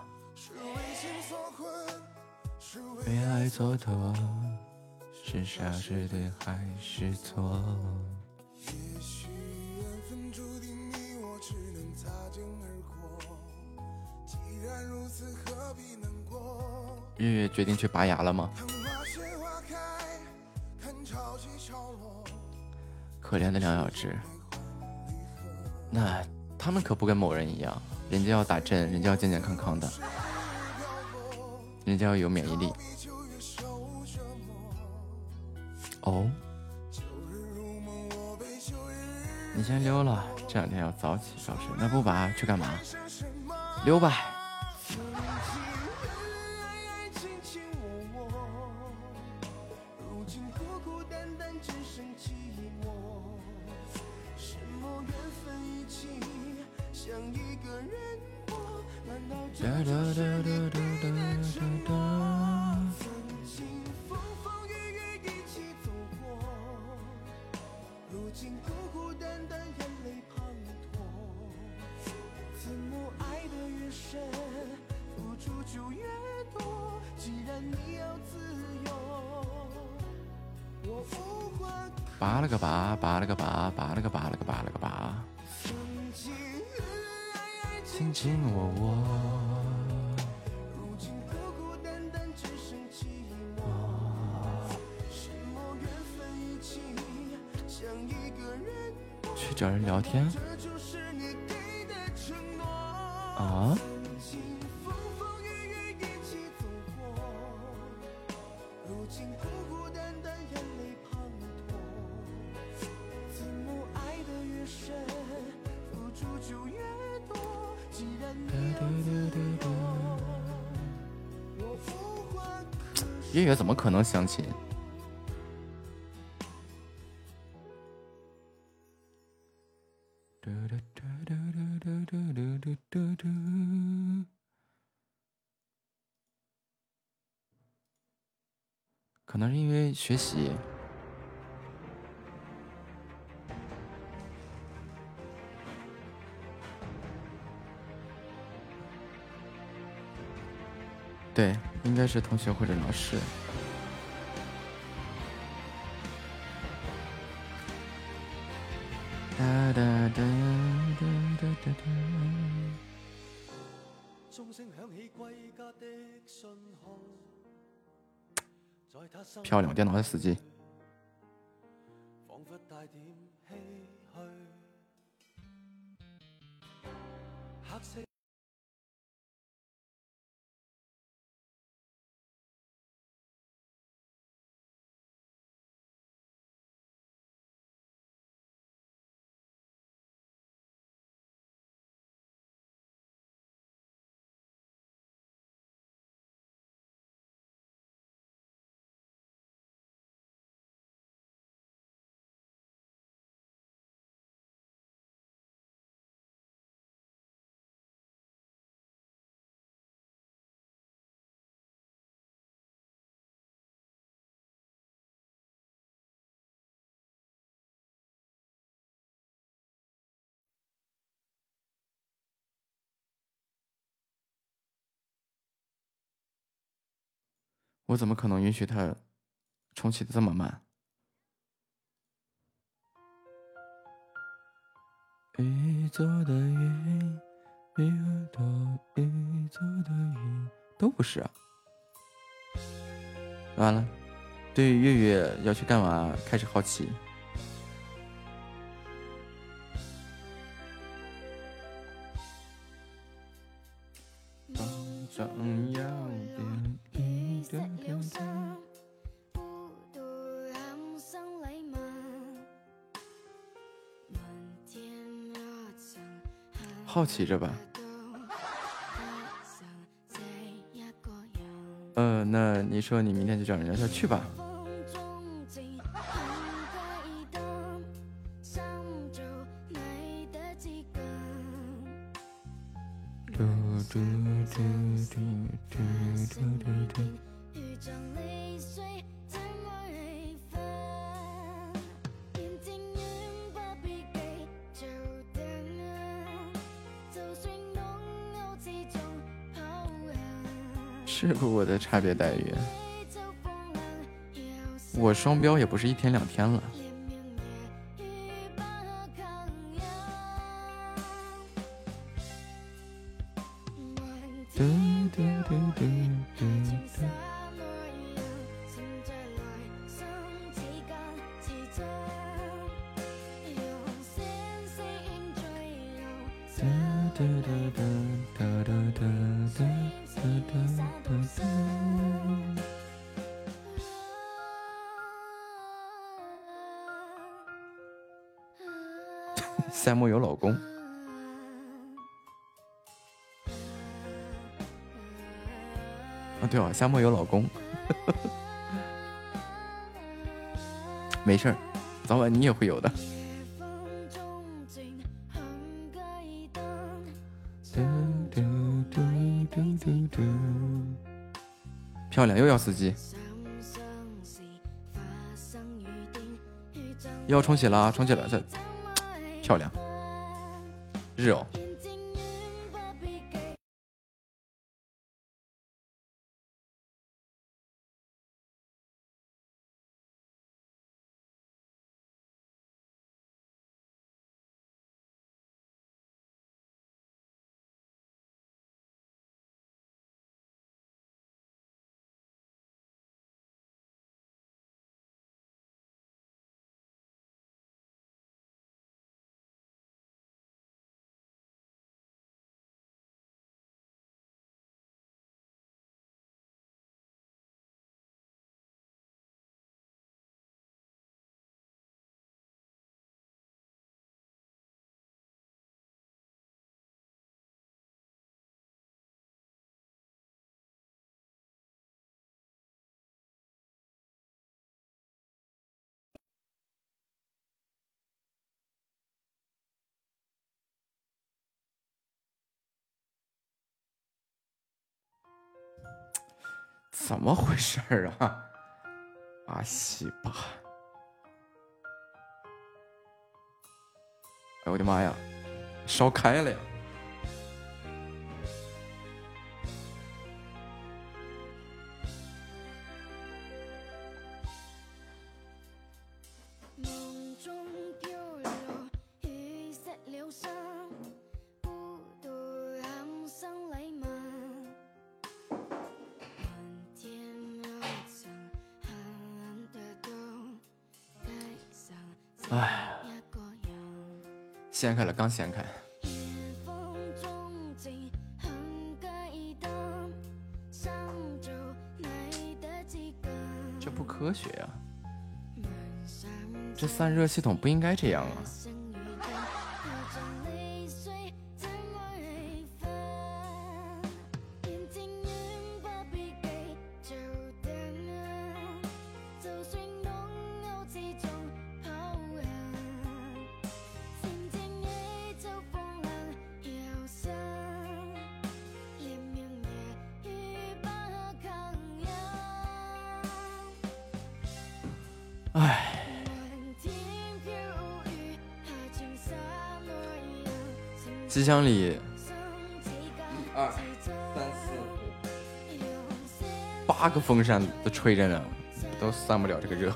为爱蹉跎，是傻是对还是错？也许缘分注定你我只能擦肩而过，既然如此何必难过？月月决定去拔牙了吗？可怜的2小只，那他们可不跟某人一样，人家要打针，人家要健健康康的，人家要有免疫力。哦，你先溜了，这2天要早起早睡，那不拔去干嘛？溜吧。 拔了个拔，拔了个拔，拔了个拔了个拔了个拔，卿卿我我。去找人聊天啊？月月怎么可能相亲？可能是因为学习。对，应该是同学或者老师。哒哒哒哒哒哒哒。漂亮，电脑在死机。我怎么可能允许他重启的这么慢？宇宙的云，鱼儿多，宇宙的云都不是啊。完了，对月月要去干嘛开始好奇。想要点一点点点。好奇着吧。那你说你明天就找人聊天去吧。是过我的差别待遇，我双标也不是一天两天了。夏沫有老公。啊，对啊，夏沫有老公。没事儿，早晚你也会有的。 漂亮，又要司机，又要重启了，重启了，这漂亮，热哦。怎么回事啊？阿西吧！哎我的妈呀，烧开了呀！哎，掀开了，刚掀开。这不科学呀！这散热系统不应该这样啊！机箱里1、2、3、4、5、8个风扇都吹着呢，都散不了这个热。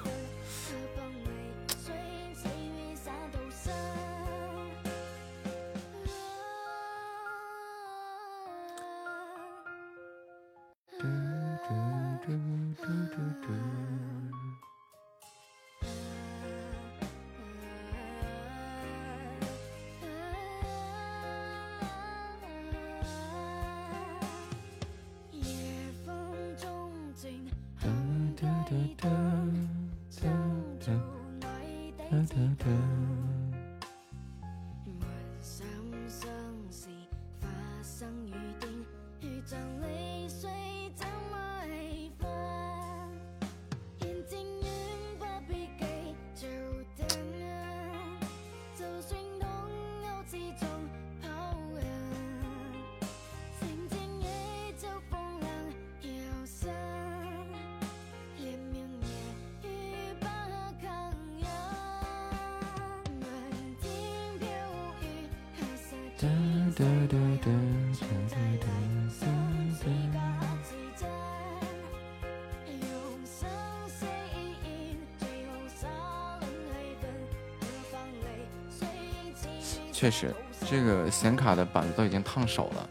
确实，这个显卡的板子都已经烫手了。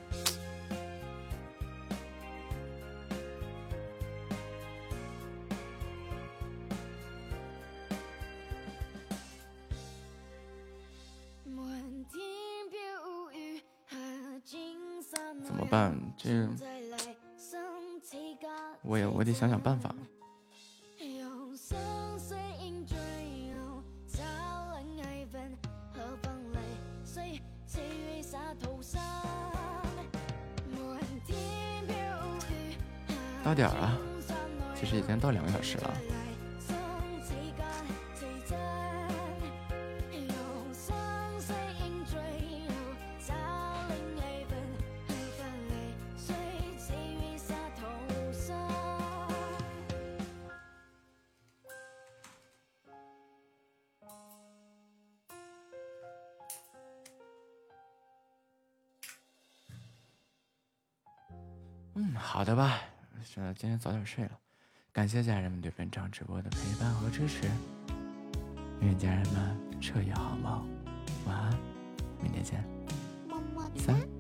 怎么办？这我得想想办法。到点儿啊，其实已经到2个小时了。 好的吧，今天早点睡了。感谢家人们对本场直播的陪伴和支持，愿家人们彻夜好梦，晚安，明天见。
么么哒。
3